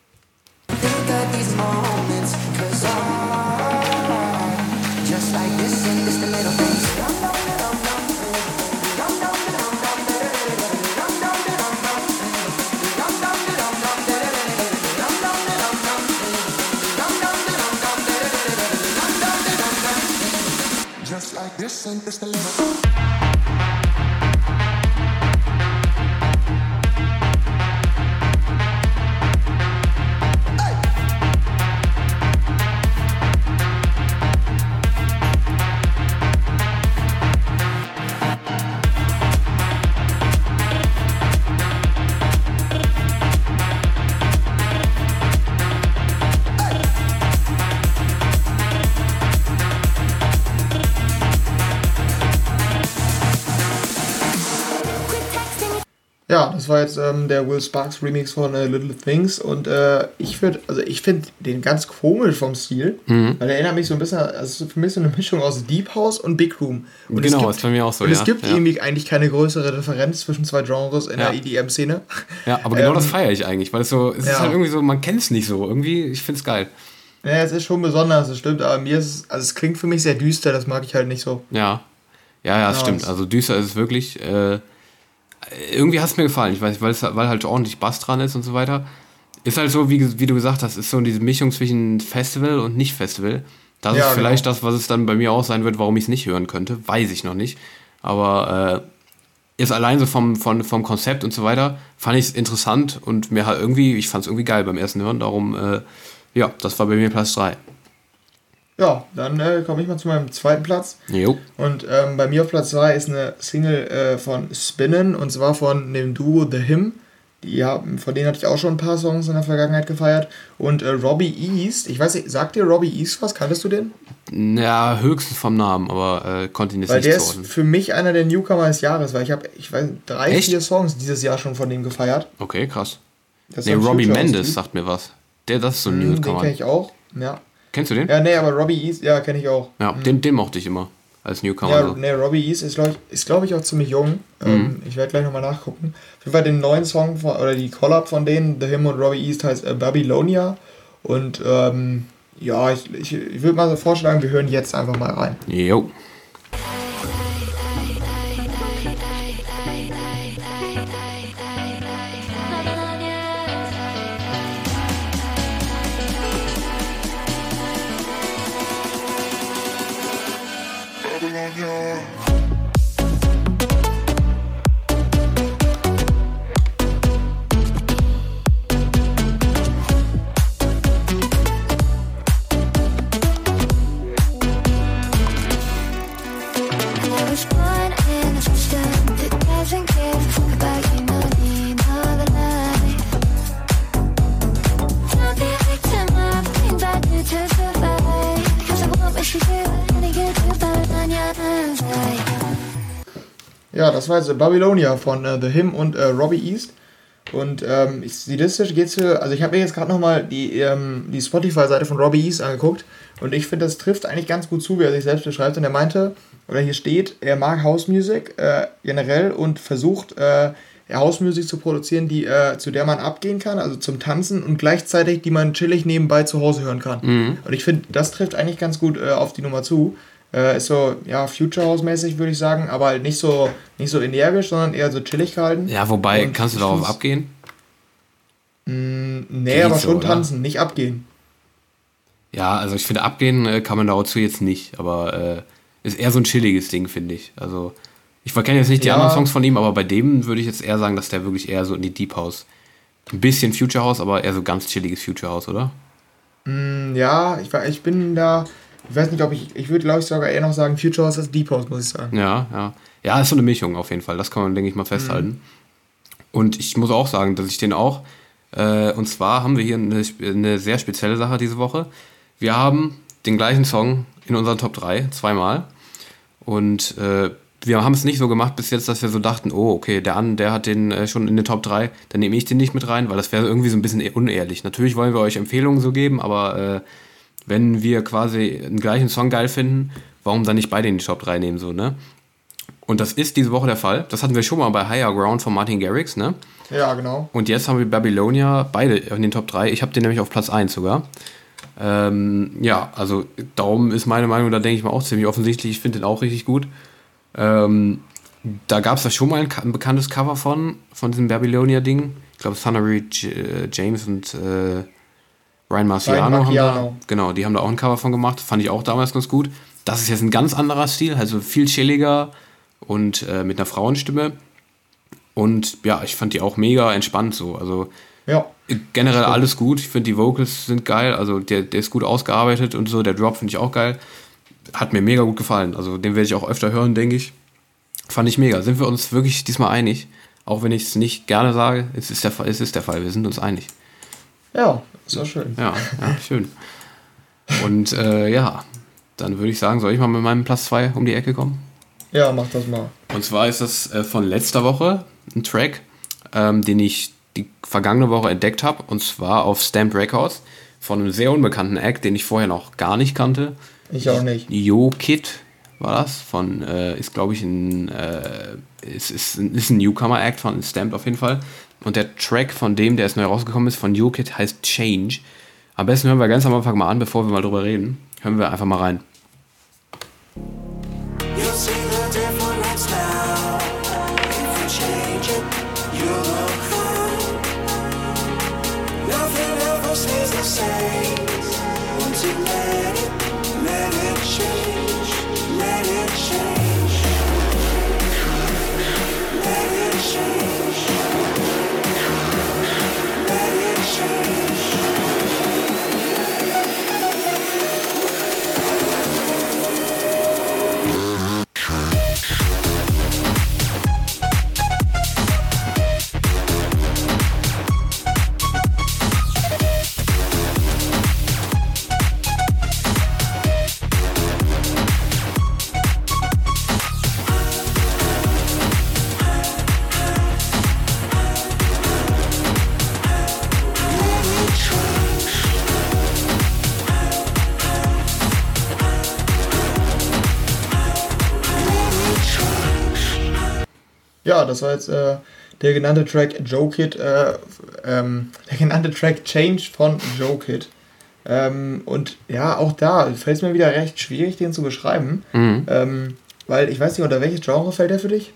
Ja, das war jetzt der Will Sparks Remix von Little Things und ich finde den ganz komisch vom Stil, weil der erinnert mich so ein bisschen, also für mich so eine Mischung aus Deep House und Big Room. Und genau, ist bei mir auch so, es gibt irgendwie eigentlich keine größere Differenz zwischen zwei Genres in der EDM-Szene. Ja, aber genau das feiere ich eigentlich, weil es ist halt irgendwie so, man kennt es nicht so, irgendwie, ich finde es geil. Ja, es ist schon besonders, das stimmt, aber es klingt für mich sehr düster, das mag ich halt nicht so. Ja, das stimmt, also düster ist es wirklich, irgendwie hat es mir gefallen, ich weiß nicht, weil halt ordentlich Bass dran ist und so weiter. Ist halt so, wie du gesagt hast, ist so diese Mischung zwischen Festival und Nicht-Festival. Das ist vielleicht das, was es dann bei mir auch sein wird, warum ich es nicht hören könnte, weiß ich noch nicht. Aber ist allein so vom Konzept und so weiter, fand ich es interessant und ich fand es irgendwie geil beim ersten Hören, darum, das war bei mir Platz 3. Ja, dann komme ich mal zu meinem zweiten Platz. Jo. Und bei mir auf Platz 2 ist eine Single von Spinnen und zwar von dem Duo The Him. Von denen hatte ich auch schon ein paar Songs in der Vergangenheit gefeiert. Und Robbie East, ich weiß nicht, sagt dir Robbie East was? Kanntest du den? Ja, höchstens vom Namen, aber konnte ihn jetzt nicht zuordnen. Der ist für mich einer der Newcomer des Jahres, weil ich habe 3-4 Songs dieses Jahr schon von dem gefeiert. Okay, krass. Robbie Mendes sagt mir was. Das ist so ein Newcomer. Den kenne ich auch, ja. Kennst du den? Ja, nee, aber Robbie East, ja, kenne ich auch. Ja, den mochte ich immer als Newcomer. Ja, nee, Robbie East ist glaube ich, auch ziemlich jung. Ich werde gleich nochmal nachgucken. Auf jeden Fall den neuen Song, oder die Collab von denen, The Him und Robbie East, heißt Babylonia. Und ich würde mal so vorschlagen, wir hören jetzt einfach mal rein. Jo. Ja, das war jetzt Babylonia von The Him und Robbie East. Und stilistisch geht's also ich habe mir jetzt gerade nochmal die Spotify-Seite von Robbie East angeguckt und ich finde, das trifft eigentlich ganz gut zu, wie er sich selbst beschreibt. Und er meinte, oder hier steht, er mag House Music generell und versucht House Music zu produzieren, zu der man abgehen kann, also zum Tanzen und gleichzeitig, die man chillig nebenbei zu Hause hören kann. Mhm. Und ich finde, das trifft eigentlich ganz gut auf die Nummer zu. Ist so, ja, Future House-mäßig, würde ich sagen, aber halt nicht so energisch, sondern eher so chillig gehalten. Ja, wobei, kannst du darauf abgehen? Nee, aber schon oder? Tanzen, nicht abgehen. Ja, also ich finde, abgehen kann man dazu jetzt nicht, aber ist eher so ein chilliges Ding, finde ich. Also, ich kenne jetzt nicht die anderen Songs von ihm, aber bei dem würde ich jetzt eher sagen, dass der wirklich eher so in die Deep House, ein bisschen Future House, aber eher so ganz chilliges Future House, oder? Ja, ich bin da... Ich weiß nicht, ich würde, glaube ich, sogar eher noch sagen, Future House als Deep House, muss ich sagen. Ja, ist so eine Mischung auf jeden Fall. Das kann man, denke ich, mal festhalten. Und ich muss auch sagen, dass ich den auch Und zwar haben wir hier eine sehr spezielle Sache diese Woche. Wir haben den gleichen Song in unseren Top 3, zweimal. Und wir haben es nicht so gemacht bis jetzt, dass wir so dachten, oh, okay, der hat den schon in den Top 3, dann nehme ich den nicht mit rein, weil das wäre irgendwie so ein bisschen unehrlich. Natürlich wollen wir euch Empfehlungen so geben, aber wenn wir quasi einen gleichen Song geil finden, warum dann nicht beide in die Top 3 nehmen, so, ne? Und das ist diese Woche der Fall. Das hatten wir schon mal bei Higher Ground von Martin Garrix, ne? Ja, genau. Und jetzt haben wir Babylonia, beide in den Top 3. Ich habe den nämlich auf Platz 1 sogar. Ja, also darum ist meine Meinung, da denke ich mal auch ziemlich offensichtlich. Ich finde den auch richtig gut. Da gab es ja schon mal ein bekanntes Cover von diesem Babylonia-Ding. Ich glaube, Thundery James und Ryan Marciano haben da, genau, die haben da auch ein Cover von gemacht. Fand ich auch damals ganz gut. Das ist jetzt ein ganz anderer Stil, also viel chilliger und mit einer Frauenstimme. Und ja, ich fand die auch mega entspannt so. Also ja, generell alles gut. Ich finde, die Vocals sind geil. Also der ist gut ausgearbeitet und so. Der Drop finde ich auch geil. Hat mir mega gut gefallen. Also den werde ich auch öfter hören, denke ich. Fand ich mega. Sind wir uns wirklich diesmal einig? Auch wenn ich es nicht gerne sage, es ist der Fall. Wir sind uns einig. Ja, ist auch schön. Ja, schön. Und ja, dann würde ich sagen, soll ich mal mit meinem Platz 2 um die Ecke kommen? Ja, mach das mal. Und zwar ist das von letzter Woche ein Track, den ich die vergangene Woche entdeckt habe. Und zwar auf Stamped Records von einem sehr unbekannten Act, den ich vorher noch gar nicht kannte. Ich auch nicht. Yo-Kid war das. Ist glaube ich ist ein Newcomer-Act von Stamped auf jeden Fall. Und der Track von dem, der jetzt neu rausgekommen ist, von Yo-Kid, heißt Change. Am besten hören wir ganz am Anfang mal an, bevor wir mal drüber reden. Hören wir einfach mal rein. Ja, das war jetzt der genannte Track Yo-Kid, der genannte Track Change von Yo-Kid. Und ja, auch da fällt es mir wieder recht schwierig, den zu beschreiben. Weil ich weiß nicht, unter welches Genre fällt der für dich?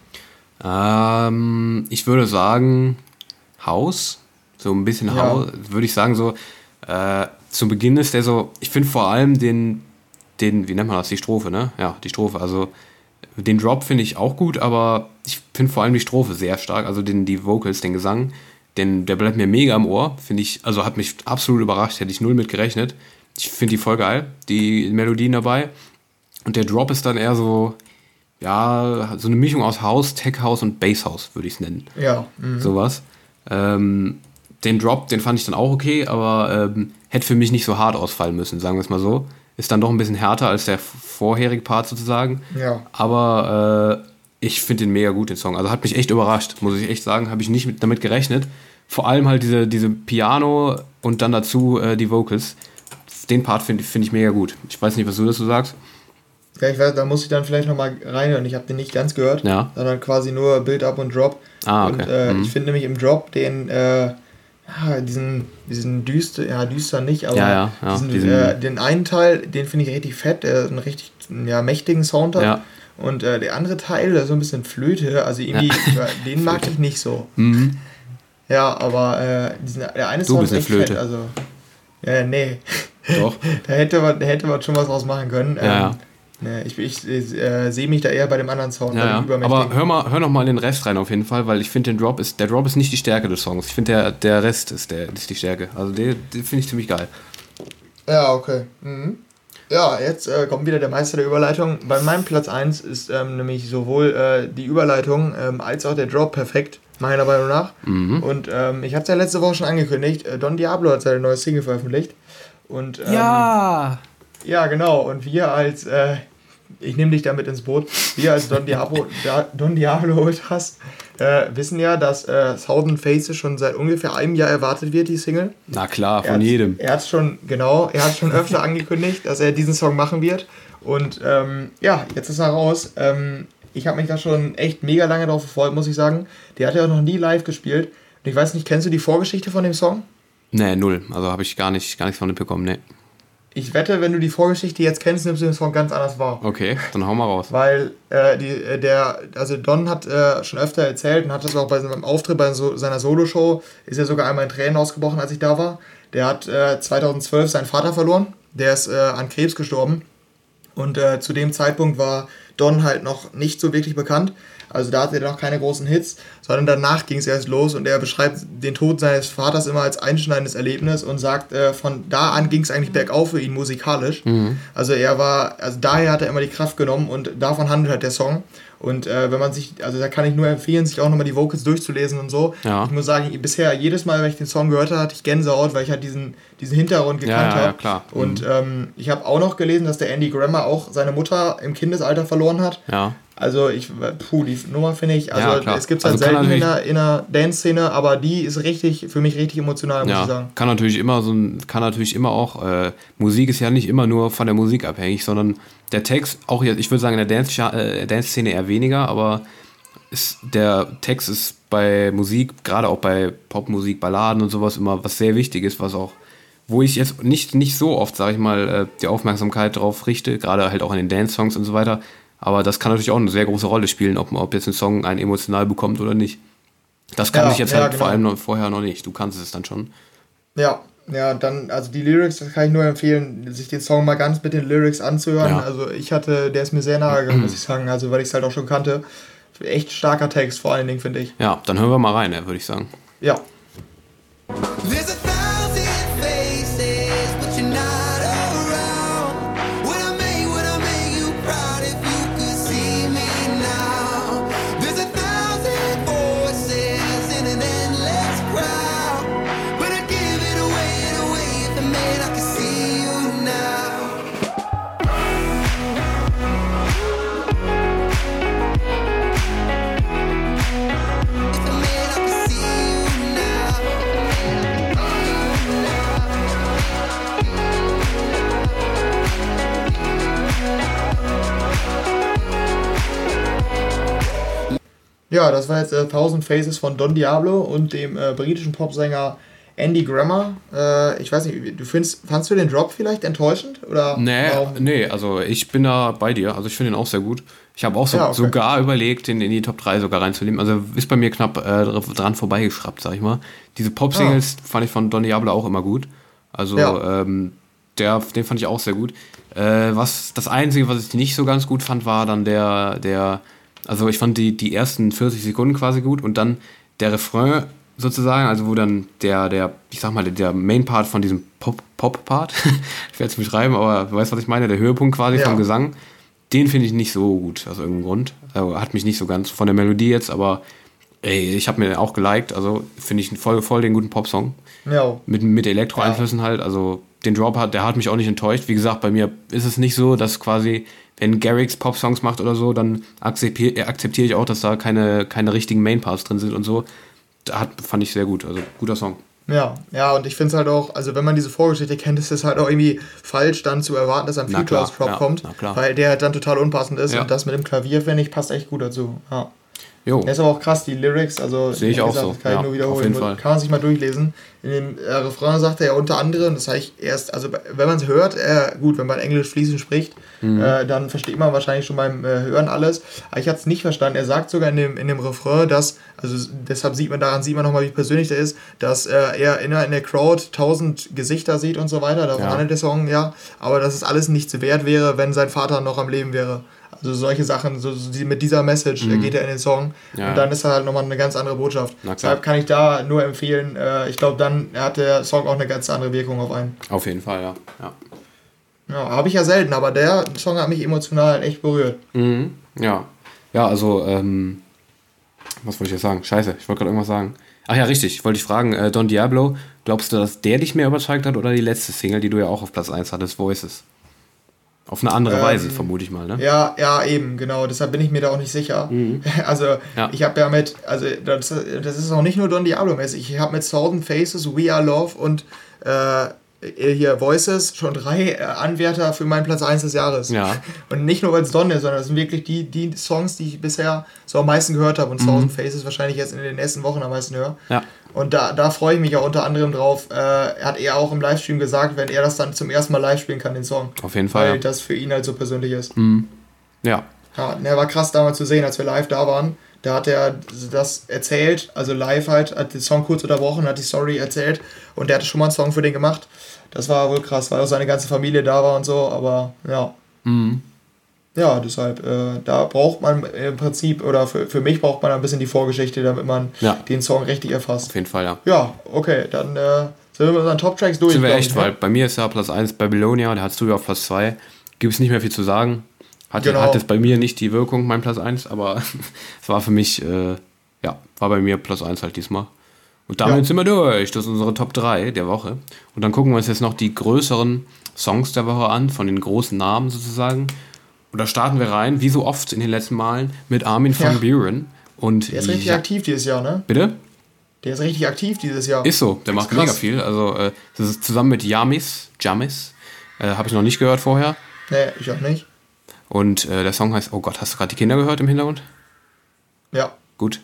Ich würde sagen House. So ein bisschen House, würde ich sagen so. Zu Beginn ist der so, ich finde vor allem den, wie nennt man das, die Strophe, ne? Ja, die Strophe, also den Drop finde ich auch gut, aber ich finde vor allem die Strophe sehr stark, also die Vocals, den Gesang, der bleibt mir mega im Ohr, finde ich, also hat mich absolut überrascht, hätte ich null mit gerechnet. Ich finde die voll geil, die Melodien dabei. Und der Drop ist dann eher so, ja, so eine Mischung aus House, Tech House und Bass House, würde ich es nennen. Ja. Sowas. Den Drop, den fand ich dann auch okay, aber hätte für mich nicht so hart ausfallen müssen, sagen wir es mal so. Ist dann doch ein bisschen härter als der vorherige Part sozusagen. Ja. Aber ich finde den mega gut, den Song. Also hat mich echt überrascht, muss ich echt sagen. Habe ich nicht damit gerechnet. Vor allem halt diese Piano und dann dazu die Vocals. Den Part finde ich mega gut. Ich weiß nicht, was du dazu sagst. Ja, ich weiß, da muss ich dann vielleicht nochmal reinhören. Ich habe den nicht ganz gehört, sondern quasi nur Build-Up und Drop. Okay. Und ich finde nämlich im Drop den diesen düster nicht, aber den einen Teil, den finde ich richtig fett, der einen richtig mächtigen Sound hat. Ja. Und der andere Teil, der so ein bisschen Flöte, also irgendwie, den mag ich nicht so. Ja, aber der eine Sound ist echt Flöte. Fett, also nee. Doch. da hätte man schon was draus machen können. Ich sehe mich da eher bei dem anderen Sound. Aber hör noch mal in den Rest rein auf jeden Fall, weil ich finde, der Drop ist nicht die Stärke des Songs. Ich finde, der Rest ist die Stärke. Also den finde ich ziemlich geil. Ja, okay. Ja, jetzt kommt wieder der Meister der Überleitung. Bei meinem Platz 1 ist nämlich sowohl die Überleitung als auch der Drop perfekt. meiner Meinung nach. Und ich hatte es ja letzte Woche schon angekündigt, Don Diablo hat seine neue Single veröffentlicht. Und, ja! Ja, genau. Und wir als, ich nehme dich damit ins Boot, wir als Don Diablo Ultras wissen ja, dass Thousand Faces schon seit ungefähr einem Jahr erwartet wird, die Single. Na klar, von jedem. Er hat schon öfter angekündigt, dass er diesen Song machen wird. Und jetzt ist er raus. Ich habe mich da schon echt mega lange drauf gefreut, muss ich sagen. Der hat ja auch noch nie live gespielt. Und ich weiß nicht, kennst du die Vorgeschichte von dem Song? Nee, null. Also habe ich gar nichts von mitbekommen, nee. Ich wette, wenn du die Vorgeschichte jetzt kennst, nimmst du den Song ganz anders wahr. Okay, dann hau mal raus. Weil Don hat schon öfter erzählt und hat das auch bei seinem Auftritt bei seiner Soloshow, ist er sogar einmal in Tränen ausgebrochen, als ich da war. Der hat 2012 seinen Vater verloren, der ist an Krebs gestorben. Und zu dem Zeitpunkt war Don halt noch nicht so wirklich bekannt. Also da hatte er noch keine großen Hits, sondern danach ging es erst los und er beschreibt den Tod seines Vaters immer als einschneidendes Erlebnis und sagt, von da an ging es eigentlich bergauf für ihn musikalisch. Also daher hat er immer die Kraft genommen und davon handelt halt der Song. Und wenn man sich, also da kann ich nur empfehlen, sich auch nochmal die Vocals durchzulesen und so. Ja. Ich muss sagen, bisher jedes Mal, wenn ich den Song gehört habe, hatte ich Gänsehaut, weil ich halt diesen Hintergrund gekannt habe. Ja, klar. Und ich habe auch noch gelesen, dass der Andy Grammer auch seine Mutter im Kindesalter verloren hat. Ja. Also die Nummer finde ich, es gibt es halt selten in der Dance-Szene, aber die ist für mich richtig emotional, muss ich sagen. Kann natürlich immer auch, Musik ist ja nicht immer nur von der Musik abhängig, sondern der Text, auch jetzt, ich würde sagen in der Dance-Szene eher weniger, aber der Text ist bei Musik, gerade auch bei Popmusik, Balladen und sowas immer was sehr Wichtiges, wo ich jetzt nicht so oft, sage ich mal, die Aufmerksamkeit drauf richte, gerade halt auch in den Dance-Songs und so weiter. Aber das kann natürlich auch eine sehr große Rolle spielen, ob jetzt ein Song einen emotional bekommt oder nicht. Das kann ich jetzt halt genau. Vor allem vorher noch nicht. Du kannst es dann schon. Ja, dann, also die Lyrics, das kann ich nur empfehlen, sich den Song mal ganz mit den Lyrics anzuhören. Ja. Also der ist mir sehr nahe gegangen, muss ich sagen, also weil ich es halt auch schon kannte. Echt starker Text vor allen Dingen, finde ich. Ja, dann hören wir mal rein, würde ich sagen. Ja. Ja, das war jetzt Thousand Faces von Don Diablo und dem britischen Popsänger Andy Grammer. Ich weiß nicht, fandst du den Drop vielleicht enttäuschend? Oder nee, also ich bin da bei dir. Also ich finde den auch sehr gut. Ich habe auch sogar überlegt, den in die Top 3 sogar reinzunehmen. Also ist bei mir knapp dran vorbeigeschraubt, sag ich mal. Diese Pop-Singles fand ich von Don Diablo auch immer gut. Also den fand ich auch sehr gut. Das Einzige, was ich nicht so ganz gut fand, war dann also ich fand die ersten 40 Sekunden quasi gut und dann der Refrain sozusagen, also wo dann der Main-Part von diesem Pop-Part, ich werde es beschreiben, aber du weißt, was ich meine, der Höhepunkt quasi vom Gesang, den finde ich nicht so gut, aus irgendeinem Grund. Also hat mich nicht so ganz von der Melodie jetzt, aber ich habe mir auch geliked, also finde ich voll den guten Popsong. Ja. Mit Elektro-Einflüssen halt, also den Drop der hat mich auch nicht enttäuscht. Wie gesagt, bei mir ist es nicht so, dass quasi, wenn Garrix Pop-Songs macht oder so, dann akzeptiere ich auch, dass da keine richtigen Main-Parts drin sind und so. Fand ich sehr gut, also guter Song. Ja, und ich finde es halt auch, also wenn man diese Vorgeschichte kennt, ist es halt auch irgendwie falsch, dann zu erwarten, dass ein Future-Drop kommt, weil der halt dann total unpassend ist und das mit dem Klavier, finde ich, passt echt gut dazu. Ja. Jo. Der ist aber auch krass, die Lyrics, also sehe ich auch so. Das kann ich nur wiederholen. Kann man sich mal durchlesen. In dem Refrain sagt er ja unter anderem, das habe ich erst, also wenn man es hört, gut, wenn man Englisch fließend spricht, dann versteht man wahrscheinlich schon beim Hören alles. Aber ich hatte es nicht verstanden. Er sagt sogar in dem Refrain, dass, also deshalb sieht man nochmal, wie persönlich der ist, dass er in der Crowd 1000 Gesichter sieht und so weiter. Davon handelt der Song, aber dass es alles nichts wert wäre, wenn sein Vater noch am Leben wäre. Also solche Sachen, mit dieser Message geht er in den Song und dann ist er halt nochmal eine ganz andere Botschaft. Deshalb kann ich da nur empfehlen, ich glaube, dann hat der Song auch eine ganz andere Wirkung auf einen. Auf jeden Fall, ja. Ja, habe ich ja selten, aber der Song hat mich emotional echt berührt. Mhm. Ja, also Was wollte ich jetzt sagen? Scheiße, ich wollte gerade irgendwas sagen. Ach ja, richtig. Ich wollte dich fragen, Don Diablo, glaubst du, dass der dich mehr überzeugt hat oder die letzte Single, die du ja auch auf Platz 1 hattest, Voices? Auf eine andere Weise, vermute ich mal, ne? Ja, eben, genau. Deshalb bin ich mir da auch nicht sicher. Also, ich habe ja das ist auch nicht nur Don Diablo-mäßig. Ich habe mit Thousand Faces, We Are Love und hier Voices schon 3 Anwärter für meinen Platz 1 des Jahres. Ja. Und nicht nur, weil es Don ist, sondern das sind wirklich die Songs, die ich bisher so am meisten gehört habe. Und Thousand Faces wahrscheinlich jetzt in den nächsten Wochen am meisten höre. Ja. Und da freue ich mich ja unter anderem drauf. Hat er auch im Livestream gesagt, wenn er das dann zum ersten Mal live spielen kann, den Song. Auf jeden Fall. Weil das für ihn halt so persönlich ist. Ja. Ja, war krass damals zu sehen, als wir live da waren. Da hat er das erzählt, also live halt, hat den Song kurz unterbrochen, hat die Story erzählt und der hatte schon mal einen Song für den gemacht. Das war wohl krass, weil auch seine ganze Familie da war und so, aber ja. Ja, deshalb, da braucht man im Prinzip, oder für mich braucht man ein bisschen die Vorgeschichte, damit man den Song richtig erfasst. Auf jeden Fall, ja. Ja, okay, dann sind wir mit unseren Top-Tracks durch. Sind wir echt, weil bei mir ist ja Platz 1 Babylonia, der hast du ja auf Platz 2. Gibt es nicht mehr viel zu sagen. Hat jetzt bei mir nicht die Wirkung, mein Platz 1, aber es war für mich, war bei mir Platz 1 halt diesmal. Und damit sind wir durch. Das ist unsere Top 3 der Woche. Und dann gucken wir uns jetzt noch die größeren Songs der Woche an, von den großen Namen sozusagen. Und da starten wir rein, wie so oft in den letzten Malen, mit Armin van Buuren. Und der ist richtig aktiv dieses Jahr, ne? Bitte? Der ist richtig aktiv dieses Jahr. Ist so, der macht mega viel. Also das ist zusammen mit Jamis. Habe ich noch nicht gehört vorher. Nee, ich auch nicht. Und der Song heißt, oh Gott, hast du gerade die Kinder gehört im Hintergrund? Ja. Gut.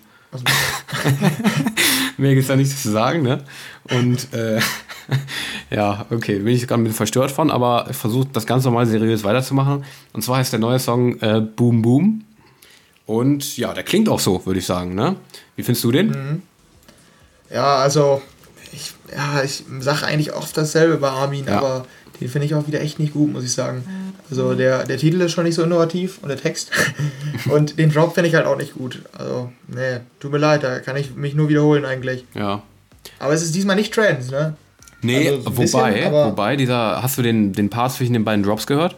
Mehr gibt es da nichts zu sagen, ne? Und ja, okay, bin ich gerade ein bisschen verstört von, aber versucht das ganz normal seriös weiterzumachen. Und zwar heißt der neue Song Boom Boom. Und ja, der klingt auch so, würde ich sagen, ne? Wie findest du den? Ja, also ich sage eigentlich oft dasselbe bei Armin, aber den finde ich auch wieder echt nicht gut, muss ich sagen. Also der Titel ist schon nicht so innovativ und der Text. Und den Drop finde ich halt auch nicht gut. Also, nee, tut mir leid, da kann ich mich nur wiederholen eigentlich. Ja. Aber es ist diesmal nicht Trends, ne? Nee, also so wobei, hast du den Part zwischen den beiden Drops gehört?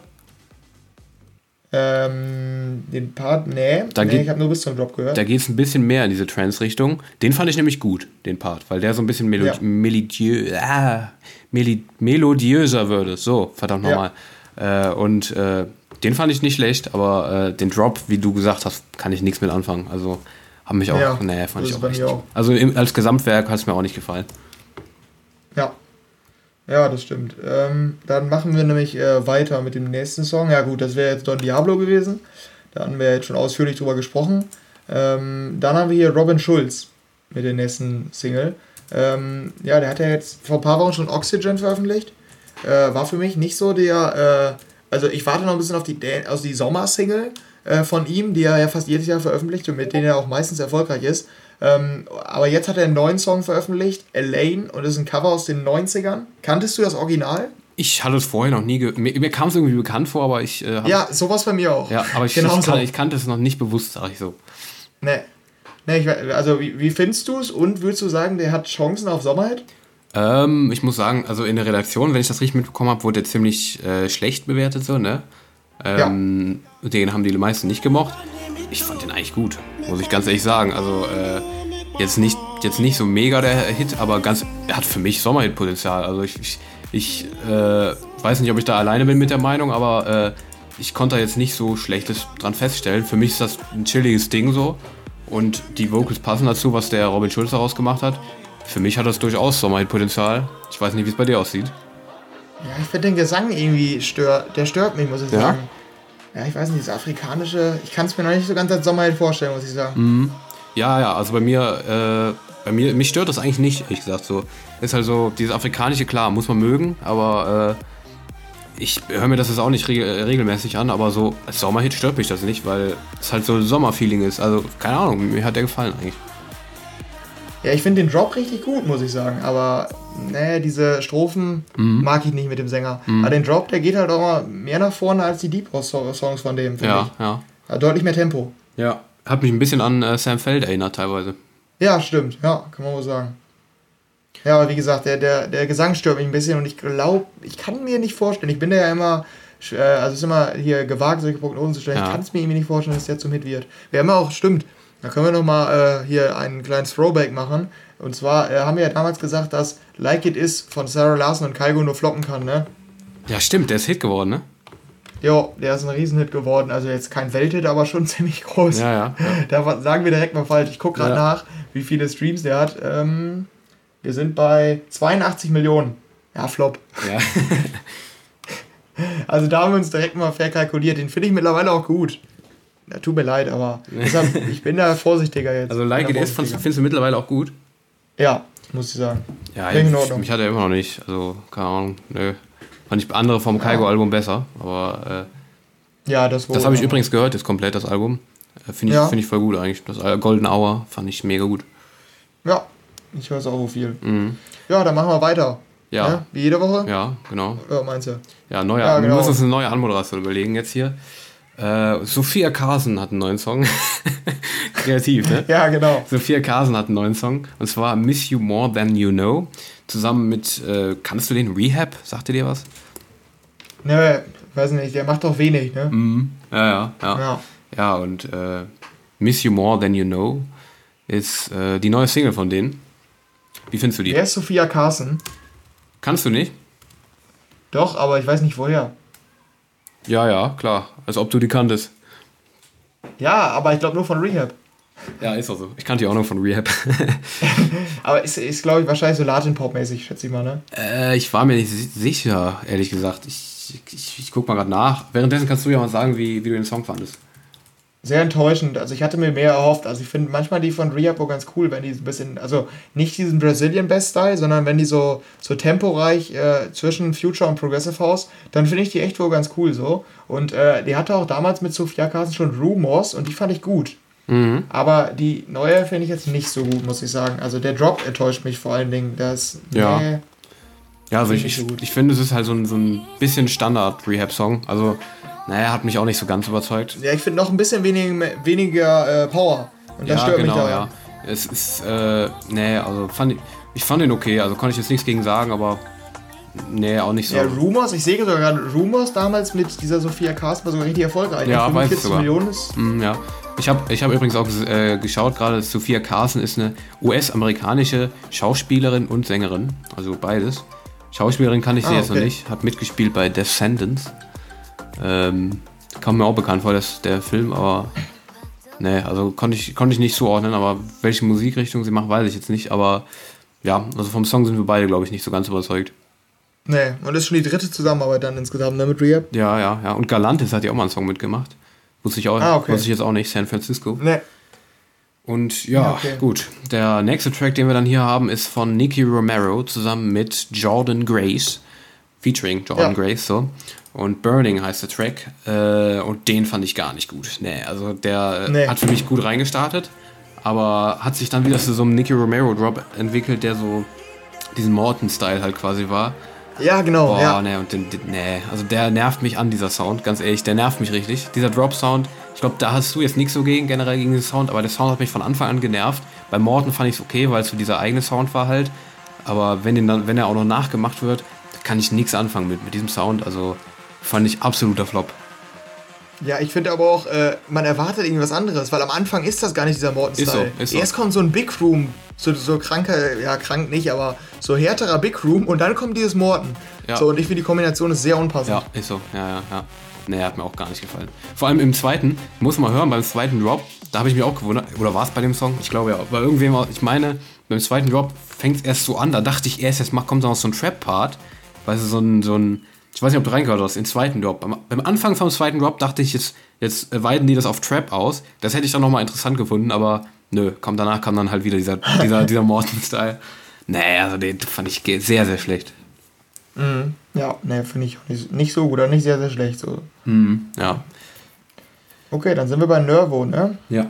Den Part, ich habe nur bis zum Drop gehört. Da geht es ein bisschen mehr in diese Trance-Richtung. Den fand ich nämlich gut, den Part, weil der so ein bisschen melodiöser würde. So, verdammt nochmal. Und den fand ich nicht schlecht, aber den Drop, wie du gesagt hast, kann ich nichts mit anfangen. Also, haben mich auch, fand ich auch nicht. Also als Gesamtwerk hat es mir auch nicht gefallen. Ja, das stimmt. Dann machen wir nämlich weiter mit dem nächsten Song. Ja gut, das wäre jetzt Don Diablo gewesen. Da hatten wir jetzt schon ausführlich drüber gesprochen. Dann haben wir hier Robin Schulz mit der nächsten Single. Der hat ja jetzt vor ein paar Wochen schon Oxygen veröffentlicht. War für mich nicht so der... also ich warte noch ein bisschen auf die Sommer-Single von ihm, die er ja fast jedes Jahr veröffentlicht und mit denen er auch meistens erfolgreich ist. Aber jetzt hat er einen neuen Song veröffentlicht, Elaine, und das ist ein Cover aus den 90ern. Kanntest du das Original? Ich hatte es vorher noch nie mir kam es irgendwie bekannt vor, aber ich... ja, sowas bei mir auch. Ja, aber ich kannte es noch nicht bewusst, sag ich so. Nee, also wie findest du es und würdest du sagen, der hat Chancen auf Sommerhit? Ich muss sagen, also in der Redaktion, wenn ich das richtig mitbekommen habe, wurde der ziemlich schlecht bewertet, so, ne? Den haben die meisten nicht gemocht. Ich fand den eigentlich gut, muss ich ganz ehrlich sagen. Also jetzt nicht so mega der Hit, aber er hat für mich Sommerhit-Potenzial. Also ich weiß nicht, ob ich da alleine bin mit der Meinung, aber ich konnte da jetzt nicht so Schlechtes dran feststellen. Für mich ist das ein chilliges Ding so und die Vocals passen dazu, was der Robin Schulz daraus gemacht hat. Für mich hat das durchaus Sommerhit-Potenzial. Ich weiß nicht, wie es bei dir aussieht. Ja, ich finde den Gesang irgendwie der stört mich, muss ich sagen. Ja, ich weiß nicht, das afrikanische, ich kann es mir noch nicht so ganz als Sommerhit vorstellen, muss ich sagen. Ja, also bei mir, mich stört das eigentlich nicht, ehrlich gesagt. So. Ist halt so, dieses afrikanische, klar, muss man mögen, aber ich höre mir das jetzt auch nicht regelmäßig an, aber so als Sommerhit stört mich das nicht, weil es halt so Sommerfeeling ist. Also, keine Ahnung, mir hat der gefallen eigentlich. Ja, ich finde den Drop richtig gut, muss ich sagen, aber diese Strophen mag ich nicht mit dem Sänger. Aber den Drop, der geht halt auch mal mehr nach vorne als die Deep House-Songs von dem, finde ich. Ja. Hat deutlich mehr Tempo. Ja, hat mich ein bisschen an Sam Feld erinnert teilweise. Ja, stimmt, ja, kann man wohl sagen. Ja, aber wie gesagt, der Gesang stört mich ein bisschen und ich glaube, ich kann mir nicht vorstellen, ich bin da ja immer, also es ist immer hier gewagt, solche Prognosen zu stellen, ich kann es mir irgendwie nicht vorstellen, dass der zum Hit wird. Wir haben ja auch, stimmt, Da können wir nochmal hier einen kleinen Throwback machen. Und zwar haben wir ja damals gesagt, dass Like It Is von Sarah Larson und Kygo nur floppen kann, ne? Ja, stimmt, der ist Hit geworden, ne? Jo, der ist ein Riesenhit geworden. Also jetzt kein Welthit, aber schon ziemlich groß. Ja. Da sagen wir direkt mal falsch. Ich gucke gerade nach, wie viele Streams der hat. Wir sind bei 82 Millionen. Ja, Flop. Ja. Also da haben wir uns direkt mal verkalkuliert. Den finde ich mittlerweile auch gut. Ja, tut mir leid, aber deshalb, ich bin da vorsichtiger jetzt. Also Like It Is findest du mittlerweile auch gut? Ja, muss ich sagen. Ja, mich hat er immer noch nicht. Also, keine Ahnung, nö. Fand ich andere vom Kygo-Album besser, aber ja, das habe ich übrigens gehört, jetzt komplett, das Album. Finde ich voll gut eigentlich. Das Golden Hour fand ich mega gut. Ja, ich höre es auch so viel. Mhm. Ja, dann machen wir weiter. Ja. Ja. Wie jede Woche? Ja, genau. Ja, meinst du? Ja, wir müssen uns eine neue Anmoderation überlegen jetzt hier. Sophia Carson hat einen neuen Song. Kreativ, ne? Ja, genau. Sophia Carson hat einen neuen Song. Und zwar Miss You More Than You Know. Zusammen mit, kannst du den? Rehab? Sagt ihr dir was? Ne, weiß nicht. Der macht doch wenig, ne? Mhm. Ja. Ja, und Miss You More Than You Know ist die neue Single von denen. Wie findest du die? Wer ist Sophia Carson? Kannst du nicht? Doch, aber ich weiß nicht woher. Ja, klar. Als ob du die kanntest. Ja, aber ich glaube nur von Rehab. Ja, ist auch so. Ich kannte die auch noch von Rehab. Aber ist glaube ich, wahrscheinlich so Latin-Pop-mäßig, schätze ich mal, ne? Ich war mir nicht sicher, ehrlich gesagt. Ich guck mal gerade nach. Währenddessen kannst du ja mal sagen, wie du den Song fandest. Sehr enttäuschend. Also ich hatte mir mehr erhofft. Also ich finde manchmal die von Rehab auch ganz cool, wenn die so ein bisschen, also nicht diesen Brazilian Best Style, sondern wenn die so temporeich zwischen Future und Progressive House, dann finde ich die echt wohl ganz cool so. Und die hatte auch damals mit Sophia Carson schon Rumors und die fand ich gut. Mhm. Aber die neue finde ich jetzt nicht so gut, muss ich sagen. Also der Drop enttäuscht mich vor allen Dingen. Ja, also ich finde, es ist halt so ein bisschen Standard-Rehab-Song. Also hat mich auch nicht so ganz überzeugt. Ja, ich finde noch ein bisschen weniger Power. Und das stört mich daran. Ja. Es ist, also ich fand ihn okay. Also konnte ich jetzt nichts gegen sagen, aber auch nicht so. Ja, Rumors, ich sehe sogar gerade Rumors damals mit dieser Sophia Carson war sogar richtig erfolgreich. Ja, weiß ich sogar. Millionen ist. Ja. Ich hab übrigens auch geschaut gerade, Sophia Carson ist eine US-amerikanische Schauspielerin und Sängerin. Also beides. Schauspielerin kann ich sie jetzt noch nicht. Hat mitgespielt bei Descendants. Kam mir auch bekannt vor, der Film, aber also konnte ich nicht zuordnen, aber welche Musikrichtung sie macht, weiß ich jetzt nicht, aber ja, also vom Song sind wir beide, glaube ich, nicht so ganz überzeugt. Nee, und das ist schon die dritte Zusammenarbeit dann insgesamt, ne, mit Rehab? Ja, und Galantis hat ja auch mal einen Song mitgemacht. Wusste ich jetzt auch nicht, San Francisco. Nee. Und gut, der nächste Track, den wir dann hier haben, ist von Nicky Romero zusammen mit Jordan Grace, featuring Jordan Grace, so. Und Burning heißt der Track. Und den fand ich gar nicht gut. Also der hat für mich gut reingestartet, aber hat sich dann wieder zu so einem Nicky Romero Drop entwickelt, der so diesen Morton-Style halt quasi war. Ja, genau. Also der nervt mich an, dieser Sound, ganz ehrlich, der nervt mich richtig. Dieser Drop-Sound, ich glaube, da hast du jetzt nichts so generell gegen den Sound, aber der Sound hat mich von Anfang an genervt. Bei Morton fand ich es okay, weil es so dieser eigene Sound war halt. Aber wenn er auch noch nachgemacht wird, kann ich nichts anfangen mit diesem Sound, also fand ich absoluter Flop. Ja, ich finde aber auch, man erwartet irgendwas anderes, weil am Anfang ist das gar nicht dieser Morton-Style. Ist so. Erst kommt so ein Big Room, so kranker, ja krank nicht, aber so härterer Big Room und dann kommt dieses Morton. Ja. So, und ich finde die Kombination ist sehr unpassend. Ja, ist so, ja. Hat mir auch gar nicht gefallen. Vor allem im zweiten, muss man hören, beim zweiten Drop, da habe ich mich auch gewundert, oder war es bei dem Song? Ich glaube ja, bei irgendwem, ich meine, beim zweiten Drop fängt es erst so an, da dachte ich erst, jetzt kommt noch so ein Trap-Part, weißt du, so ein ich weiß nicht, ob du reingehört hast, im zweiten Drop. Beim Anfang vom zweiten Drop dachte ich, jetzt weiten die das auf Trap aus. Das hätte ich dann nochmal interessant gefunden, aber danach kam dann halt wieder dieser Morton-Style. Also den fand ich sehr, sehr schlecht. Mhm. Ja, finde ich nicht so gut, oder nicht sehr, sehr schlecht. So. Ja. Okay, dann sind wir bei Nervo, ne? Ja.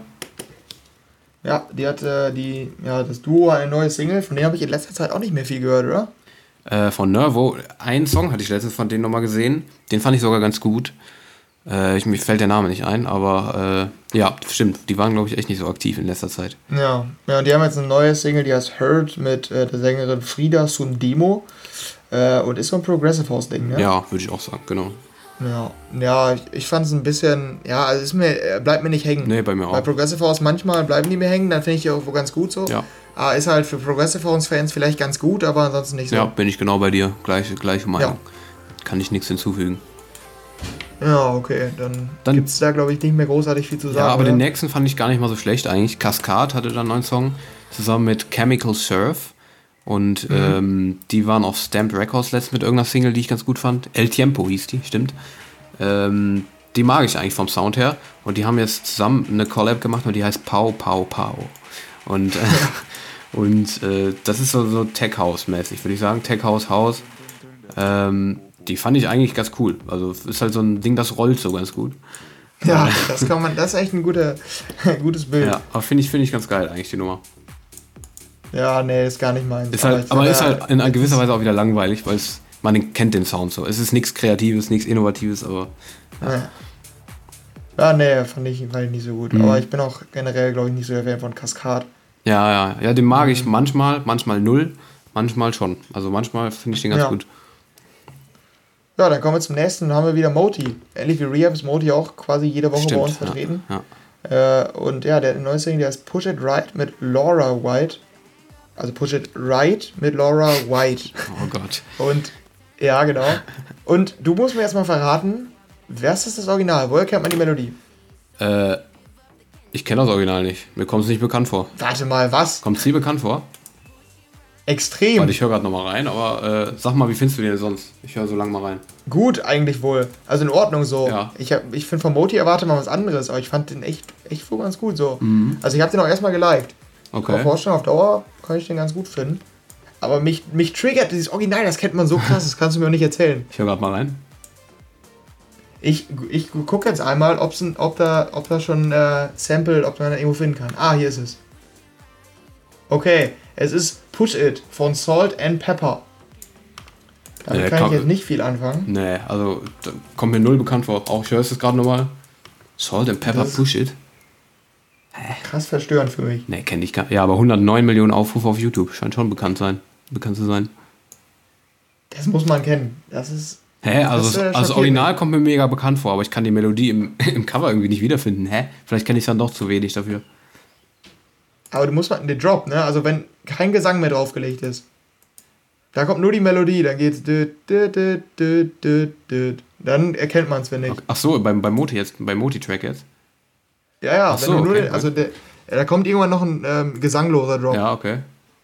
Ja, die hat das Duo eine neue Single, von denen habe ich in letzter Zeit auch nicht mehr viel gehört, oder? Von Nervo, einen Song hatte ich letztens von denen nochmal gesehen. Den fand ich sogar ganz gut. Mir fällt der Name nicht ein, aber stimmt. Die waren, glaube ich, echt nicht so aktiv in letzter Zeit. Ja, und die haben jetzt eine neue Single, die heißt Hurt mit der Sängerin Frida Sundemo und ist so ein Progressive House-Ding, ne? Ja, würde ich auch sagen, genau. Ja, ich fand es ein bisschen, ja, also bleibt mir nicht hängen. Nee, bei mir auch. Bei Progressive House manchmal bleiben die mir hängen, dann finde ich die irgendwo ganz gut so. Ja. Aber ist halt für Progressive House-Fans vielleicht ganz gut, aber ansonsten nicht so. Ja, bin ich genau bei dir. Gleiche Meinung. Kann ich nichts hinzufügen. Ja, okay, dann gibt es da, glaube ich, nicht mehr großartig viel zu sagen. Ja, aber oder? den nächsten fand ich gar nicht mal so schlecht eigentlich. Cascade hatte da einen neuen Song, zusammen mit Chemical Surf. Und die waren auf Stamped Records letztens mit irgendeiner Single, die ich ganz gut fand. El Tiempo hieß die, stimmt. Die mag ich eigentlich vom Sound her. Und die haben jetzt zusammen eine Collab gemacht und die heißt Pow Pow Pow. Und, das ist so Tech House mäßig, würde ich sagen. Tech House. Die fand ich eigentlich ganz cool. Also ist halt so ein Ding, das rollt so ganz gut. Ja, das ist echt ein gutes Bild. Ja, aber finde ich ganz geil eigentlich, die Nummer. Ja, nee, ist gar nicht meins. Ist halt in gewisser Weise auch wieder langweilig, weil man kennt den Sound so. Es ist nichts Kreatives, nichts Innovatives, aber... Ja, nee, fand ich nicht so gut. Aber ich bin auch generell, glaube ich, nicht so der Fan von Cascade. Ja, den mag ich manchmal null, manchmal schon. Also manchmal finde ich den ganz gut. Ja, dann kommen wir zum nächsten. Dann haben wir wieder Moti. Ähnlich wie Rehab ist Moti auch quasi jede Woche bei uns vertreten. Ja. Und ja, der neue Single, der ist Push It Right mit Laura White. Also Push It Right mit Laura White. Oh Gott. Und, ja, genau. Und du musst mir erstmal verraten, was ist das Original? Woher kennt man die Melodie? Ich kenne das Original nicht. Mir kommt es nicht bekannt vor. Warte mal, was? Kommt es dir bekannt vor? Extrem. Warte, ich höre gerade nochmal rein, aber sag mal, wie findest du den sonst? Ich höre so lange mal rein. Gut, eigentlich wohl. Also in Ordnung so. Ja. Ich finde von Moti erwartet man was anderes, aber ich fand den echt wohl ganz gut so. Also ich habe den auch erstmal geliked. Okay. Auf Vorstellung, auf Dauer kann ich den ganz gut finden. Aber mich triggert dieses Original, das kennt man so krass, das kannst du mir auch nicht erzählen. Ich höre gerade mal rein. Ich gucke jetzt einmal, ob da schon Sample, ob man da irgendwo finden kann. Ah, hier ist es. Okay, es ist Push It von Salt and Pepper. Damit kann ich jetzt nicht viel anfangen. Nee, also da kommt mir null bekannt vor. Auch ich höre es jetzt gerade nochmal. Salt and Pepper, Push It. Krass verstörend für mich. Nee, kenne ich gar nicht. Ja, aber 109 Millionen Aufrufe auf YouTube. Scheint schon bekannt zu sein. Das muss man kennen. Das ist... Also das Original kommt mir mega bekannt vor, aber ich kann die Melodie im Cover irgendwie nicht wiederfinden. Vielleicht kenne ich es dann doch zu wenig dafür. Aber du musst mal den Drop, ne? Also wenn kein Gesang mehr draufgelegt ist. Da kommt nur die Melodie, dann geht's... Dann erkennt man es, wenn nicht. Ach so, beim Moti-Track jetzt? Ja, ach so, da kommt irgendwann noch ein gesangloser Drop. Ja, okay.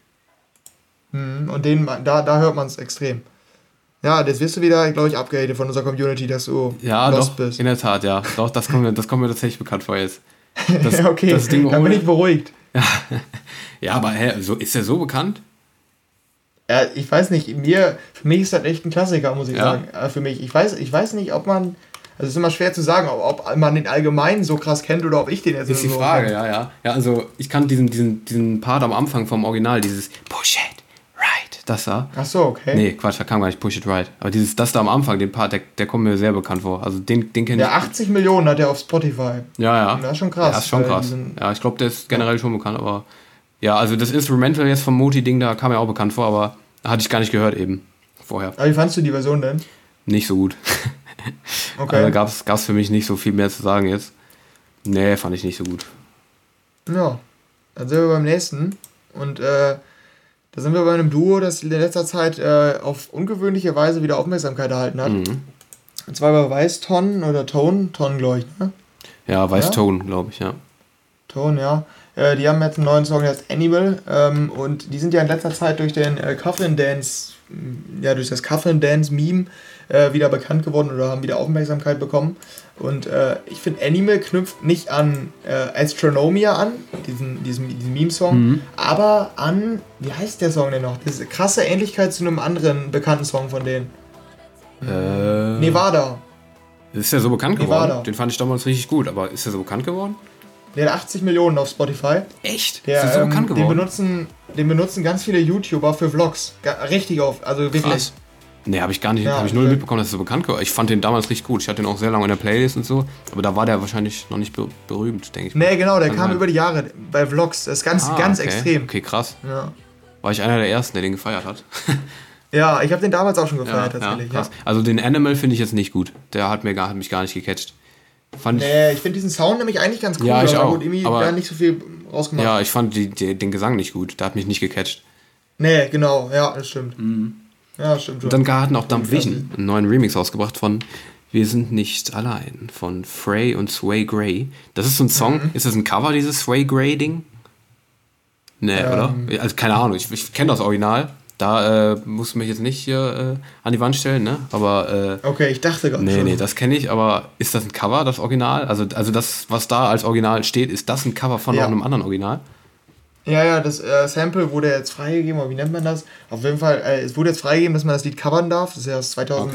Und da hört man es extrem. Ja, jetzt wirst du wieder, glaube ich, abgehatet von unserer Community, dass du lost bist. In der Tat, ja. Doch, das kommt mir tatsächlich bekannt vor jetzt. Ja, okay, das Ding dann bin ich beruhigt. Ja, aber ist der so bekannt? Ja, ich weiß nicht, für mich ist das echt ein Klassiker, muss ich sagen. Für mich. Ich weiß nicht, ob man... Also es ist immer schwer zu sagen, ob man den allgemein so krass kennt oder ob ich den jetzt ist die so Frage, kenn. ja. Ja, also ich kann diesen Part am Anfang vom Original, dieses Push it right, das da. Ach so, okay. Nee, Quatsch, da kam gar nicht Push it right. Aber das da am Anfang, den Part, der kommt mir sehr bekannt vor. Also den kenne ich. Der 80 Millionen hat er auf Spotify. Ja. Das ist schon krass. Ja, ist schon krass. Ja, ich glaube, der ist generell schon bekannt, aber... Ja, also das Instrumental jetzt vom Moti-Ding, da kam mir auch bekannt vor, aber hatte ich gar nicht gehört eben vorher. Aber wie fandst du die Version denn? Nicht so gut. Okay. Also gab's für mich nicht so viel mehr zu sagen jetzt. Nee, fand ich nicht so gut. Ja, dann sind wir beim nächsten. Und da sind wir bei einem Duo, das in letzter Zeit auf ungewöhnliche Weise wieder Aufmerksamkeit erhalten hat. Und zwar bei Weißton oder Tone, glaube ich, ne? Ja, Weißton, glaube ich, ja. Tone, ja. Die haben jetzt einen neuen Song, der heißt Animal. Und die sind ja in letzter Zeit durch den Coffin Dance, durch das Coffin Dance Meme wieder bekannt geworden oder haben wieder Aufmerksamkeit bekommen. Und ich finde, Animal knüpft nicht an Astronomia an, diesen Meme-Song, aber an, wie heißt der Song denn noch? Das ist eine krasse Ähnlichkeit zu einem anderen bekannten Song von denen. Nevada. Ist der so bekannt Nevada. geworden? Den fand ich damals richtig gut, aber ist der so bekannt geworden? Der hat 80 Millionen auf Spotify. Echt? Der, ist der so bekannt geworden? Den benutzen ganz viele YouTuber für Vlogs. Richtig oft, also wirklich. Krass. Nee, habe ich null mitbekommen, dass er so bekannt war. Ich fand den damals richtig gut. Ich hatte den auch sehr lange in der Playlist und so. Aber da war der wahrscheinlich noch nicht berühmt, denke ich. Nee, genau, der kam über die Jahre bei Vlogs. Das ist ganz okay. extrem. Okay, krass. Ja. War ich einer der Ersten, der den gefeiert hat. Ja, ich habe den damals auch schon Ja, gefeiert, ja, tatsächlich. krass. Also den Animal finde ich jetzt nicht gut. Der hat mich gar nicht gecatcht. Nee, ich finde diesen Sound nämlich eigentlich ganz cool, Ja, ich aber auch. gut, irgendwie Aber da nicht so viel rausgemacht. ja, ich fand den Gesang nicht gut. Der hat mich nicht gecatcht. Nee, genau, ja, das stimmt. Ja, stimmt schon. Und dann hatten auch Dump Vision einen neuen Remix rausgebracht von Wir sind nicht allein von Frey und Sway Gray. Das ist so ein Song. Ist das ein Cover, dieses Sway Gray-Ding? Nee, oder? Also keine Ahnung, ich kenne das Original. Da musst du mich jetzt nicht hier an die Wand stellen, ne? Aber Okay, ich dachte gerade schon. nee, das kenne ich, aber ist das ein Cover, das Original? Also das, was da als Original steht, ist das ein Cover von Ja. noch einem anderen Original? Ja, das Sample wurde jetzt freigegeben, aber wie nennt man das? Auf jeden Fall, es wurde jetzt freigegeben, dass man das Lied covern darf. Das ist ja aus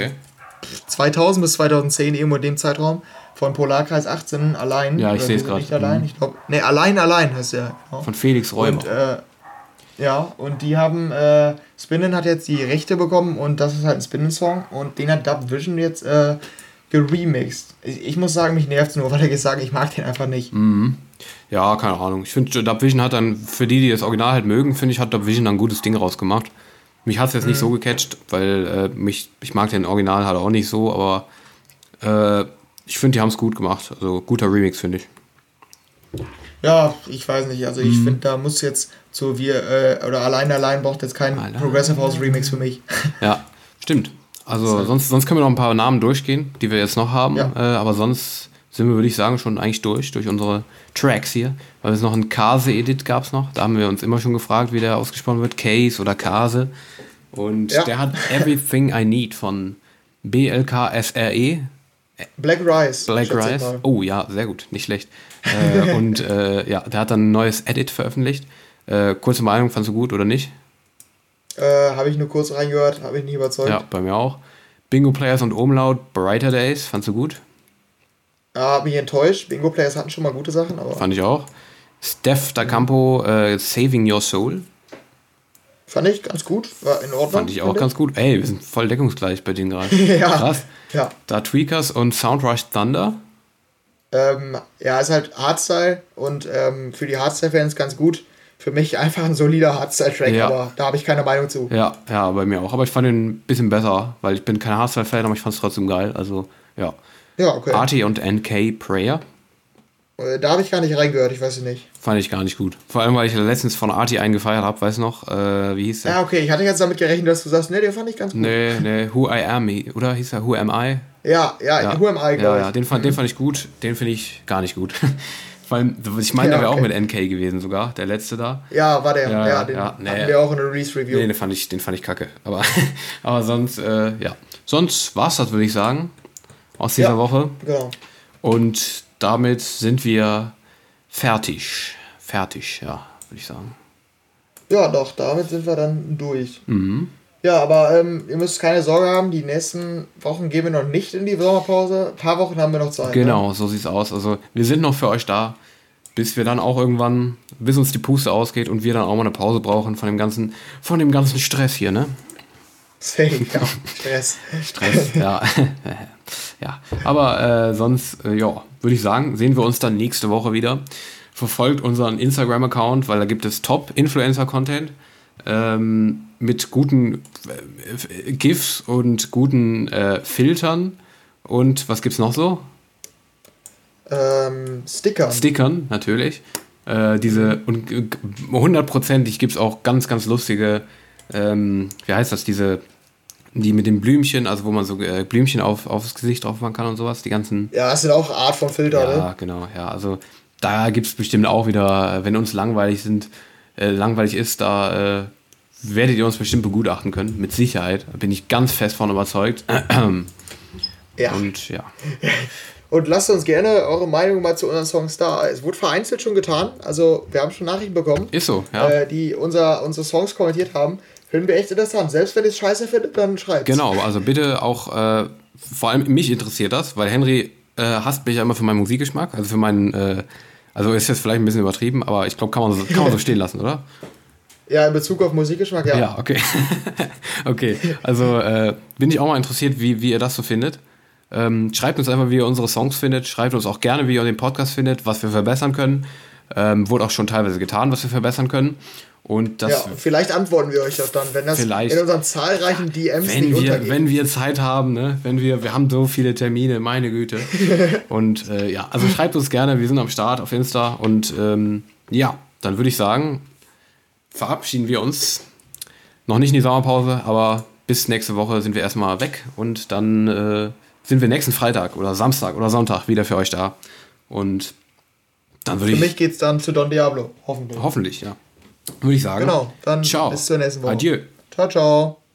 2000 bis 2010, irgendwo in dem Zeitraum. Von Polarkreis 18, allein. Ja, ich Oder sehe es Wir sind gerade. Nicht allein, ich glaube. Nee, allein heißt der. Genau. Von Felix Räuber. Und, ja, und die haben, Spinnin hat jetzt die Rechte bekommen und das ist halt ein Spinnin-Song und den hat Dub Vision jetzt geremixed. Ich muss sagen, mich nervt es nur, weil er gesagt ich mag den einfach nicht. Ja, keine Ahnung. Ich finde, Dub Vision hat dann, für die das Original halt mögen, finde ich, hat Dub Vision dann ein gutes Ding rausgemacht. Mich hat es jetzt nicht so gecatcht, weil ich mag den Original halt auch nicht so, aber ich finde, die haben es gut gemacht. Also guter Remix, finde ich. Ja, ich weiß nicht, also ich finde, da muss jetzt so oder allein braucht jetzt kein Progressive House Remix für mich. Ja, stimmt. Also sonst können wir noch ein paar Namen durchgehen, die wir jetzt noch haben. Ja. Aber sonst sind wir, würde ich sagen, schon eigentlich durch unsere Tracks hier. Weil es noch einen Kase-Edit gab es noch. Da haben wir uns immer schon gefragt, wie der ausgesprochen wird. Case oder Kase. Und der hat Everything I Need von BLKSRE. Black Rice. Black schätze ich Rice. mal. Oh ja, sehr gut, nicht schlecht. Und ja, der hat dann ein neues Edit veröffentlicht. Kurze Meinung, fandst du gut oder nicht? Habe ich nur kurz reingehört, habe ich nicht überzeugt. Ja, bei mir auch. Bingo Players und Umlaut, Brighter Days, fandst du gut? Hat mich enttäuscht. Bingo Players hatten schon mal gute Sachen, aber Fand ich auch. Steph Da Campo, Saving Your Soul, fand ich ganz gut. War in Ordnung. fand ich auch ganz gut. Ey, wir sind voll deckungsgleich bei denen gerade. Ja. Krass. Ja. Da Tweakers und Soundrush Thunder. Ja, ist halt Hardstyle und für die Hardstyle-Fans ganz gut. Für mich einfach ein solider Hardstyle-Track, Ja. aber da habe ich keine Meinung zu. Ja, bei mir auch. Aber ich fand den ein bisschen besser, weil ich bin kein Hardstyle-Fan, aber ich fand es trotzdem geil. Also, ja. Ja, okay. Artie und NK Prayer Da habe ich gar nicht reingehört, ich weiß es nicht. fand ich gar nicht gut. Vor allem, weil ich letztens von Artie einen gefeiert habe, weißt du noch? Wie hieß der? Ja, okay, ich hatte jetzt damit gerechnet, dass du sagst, ne, den fand ich ganz gut. Nee, Who I Am, oder hieß er Who Am I? Ja, Who Am I, glaube ich. Ja, den fand ich gut, den finde ich gar nicht gut. Vor allem, ich meine, der wäre auch mit NK gewesen sogar, der letzte da. Ja, war der. Ja, Den ja, nee. hatten wir auch in der Release-Review. Nee, den fand ich kacke. Aber sonst, ja. Sonst war's das, würde ich sagen, aus dieser Woche. Genau. Und damit sind wir fertig. Fertig, ja, würde ich sagen. Ja, doch, damit sind wir dann durch. Ja, aber ihr müsst keine Sorge haben, die nächsten Wochen gehen wir noch nicht in die Sommerpause. Ein paar Wochen haben wir noch Zeit. Genau, so sieht's aus. Also wir sind noch für euch da, bis wir dann auch irgendwann, bis uns die Puste ausgeht und wir dann auch mal eine Pause brauchen von dem ganzen Stress hier, ne? Safe, ja. Stress, ja. Ja. Aber sonst, ja, würde ich sagen, sehen wir uns dann nächste Woche wieder. Verfolgt unseren Instagram-Account, weil da gibt es Top-Influencer-Content mit guten GIFs und guten Filtern. Und was gibt's noch so? Stickern, natürlich. Und 100%ig gibt es auch ganz, ganz lustige, wie heißt das, die mit den Blümchen, also wo man so Blümchen aufs Gesicht drauf machen kann und sowas, die ganzen... Ja, das sind auch Art von Filter, ne? Ja, genau, ja, also da gibt es bestimmt auch wieder, wenn uns langweilig ist, da werdet ihr uns bestimmt begutachten können, mit Sicherheit, bin ich ganz fest von überzeugt. Ja. Und ja. Und lasst uns gerne eure Meinung mal zu unseren Songs da. Es wurde vereinzelt schon getan. Also, wir haben schon Nachrichten bekommen, Ist so, ja. die unsere Songs kommentiert haben. Finden wir echt interessant. Selbst wenn ihr es scheiße findet, dann schreibt. Genau, also bitte auch, vor allem mich interessiert das, weil Henry hasst mich ja immer für meinen Musikgeschmack, also für meinen, also ist jetzt vielleicht ein bisschen übertrieben, aber ich glaube, kann man so stehen lassen, oder? Ja, in Bezug auf Musikgeschmack, ja. Ja, okay. Okay, also bin ich auch mal interessiert, wie ihr das so findet. Schreibt uns einfach, wie ihr unsere Songs findet. Schreibt uns auch gerne, wie ihr den Podcast findet, was wir verbessern können. Wurde auch schon teilweise getan, was wir verbessern können. Und das vielleicht antworten wir euch das dann, wenn das in unseren zahlreichen DMs nicht untergeht. Wenn wir Zeit haben, ne? Wir haben so viele Termine, meine Güte. Und also schreibt uns gerne, wir sind am Start auf Insta. Und dann würde ich sagen, verabschieden wir uns. Noch nicht in die Sommerpause, aber bis nächste Woche sind wir erstmal weg. Und dann sind wir nächsten Freitag oder Samstag oder Sonntag wieder für euch da. Und dann würde Für mich geht's dann zu Don Diablo, hoffentlich, ja. Würde ich sagen. Genau, dann ciao. bis zur nächsten Woche. Adieu. Ciao, ciao.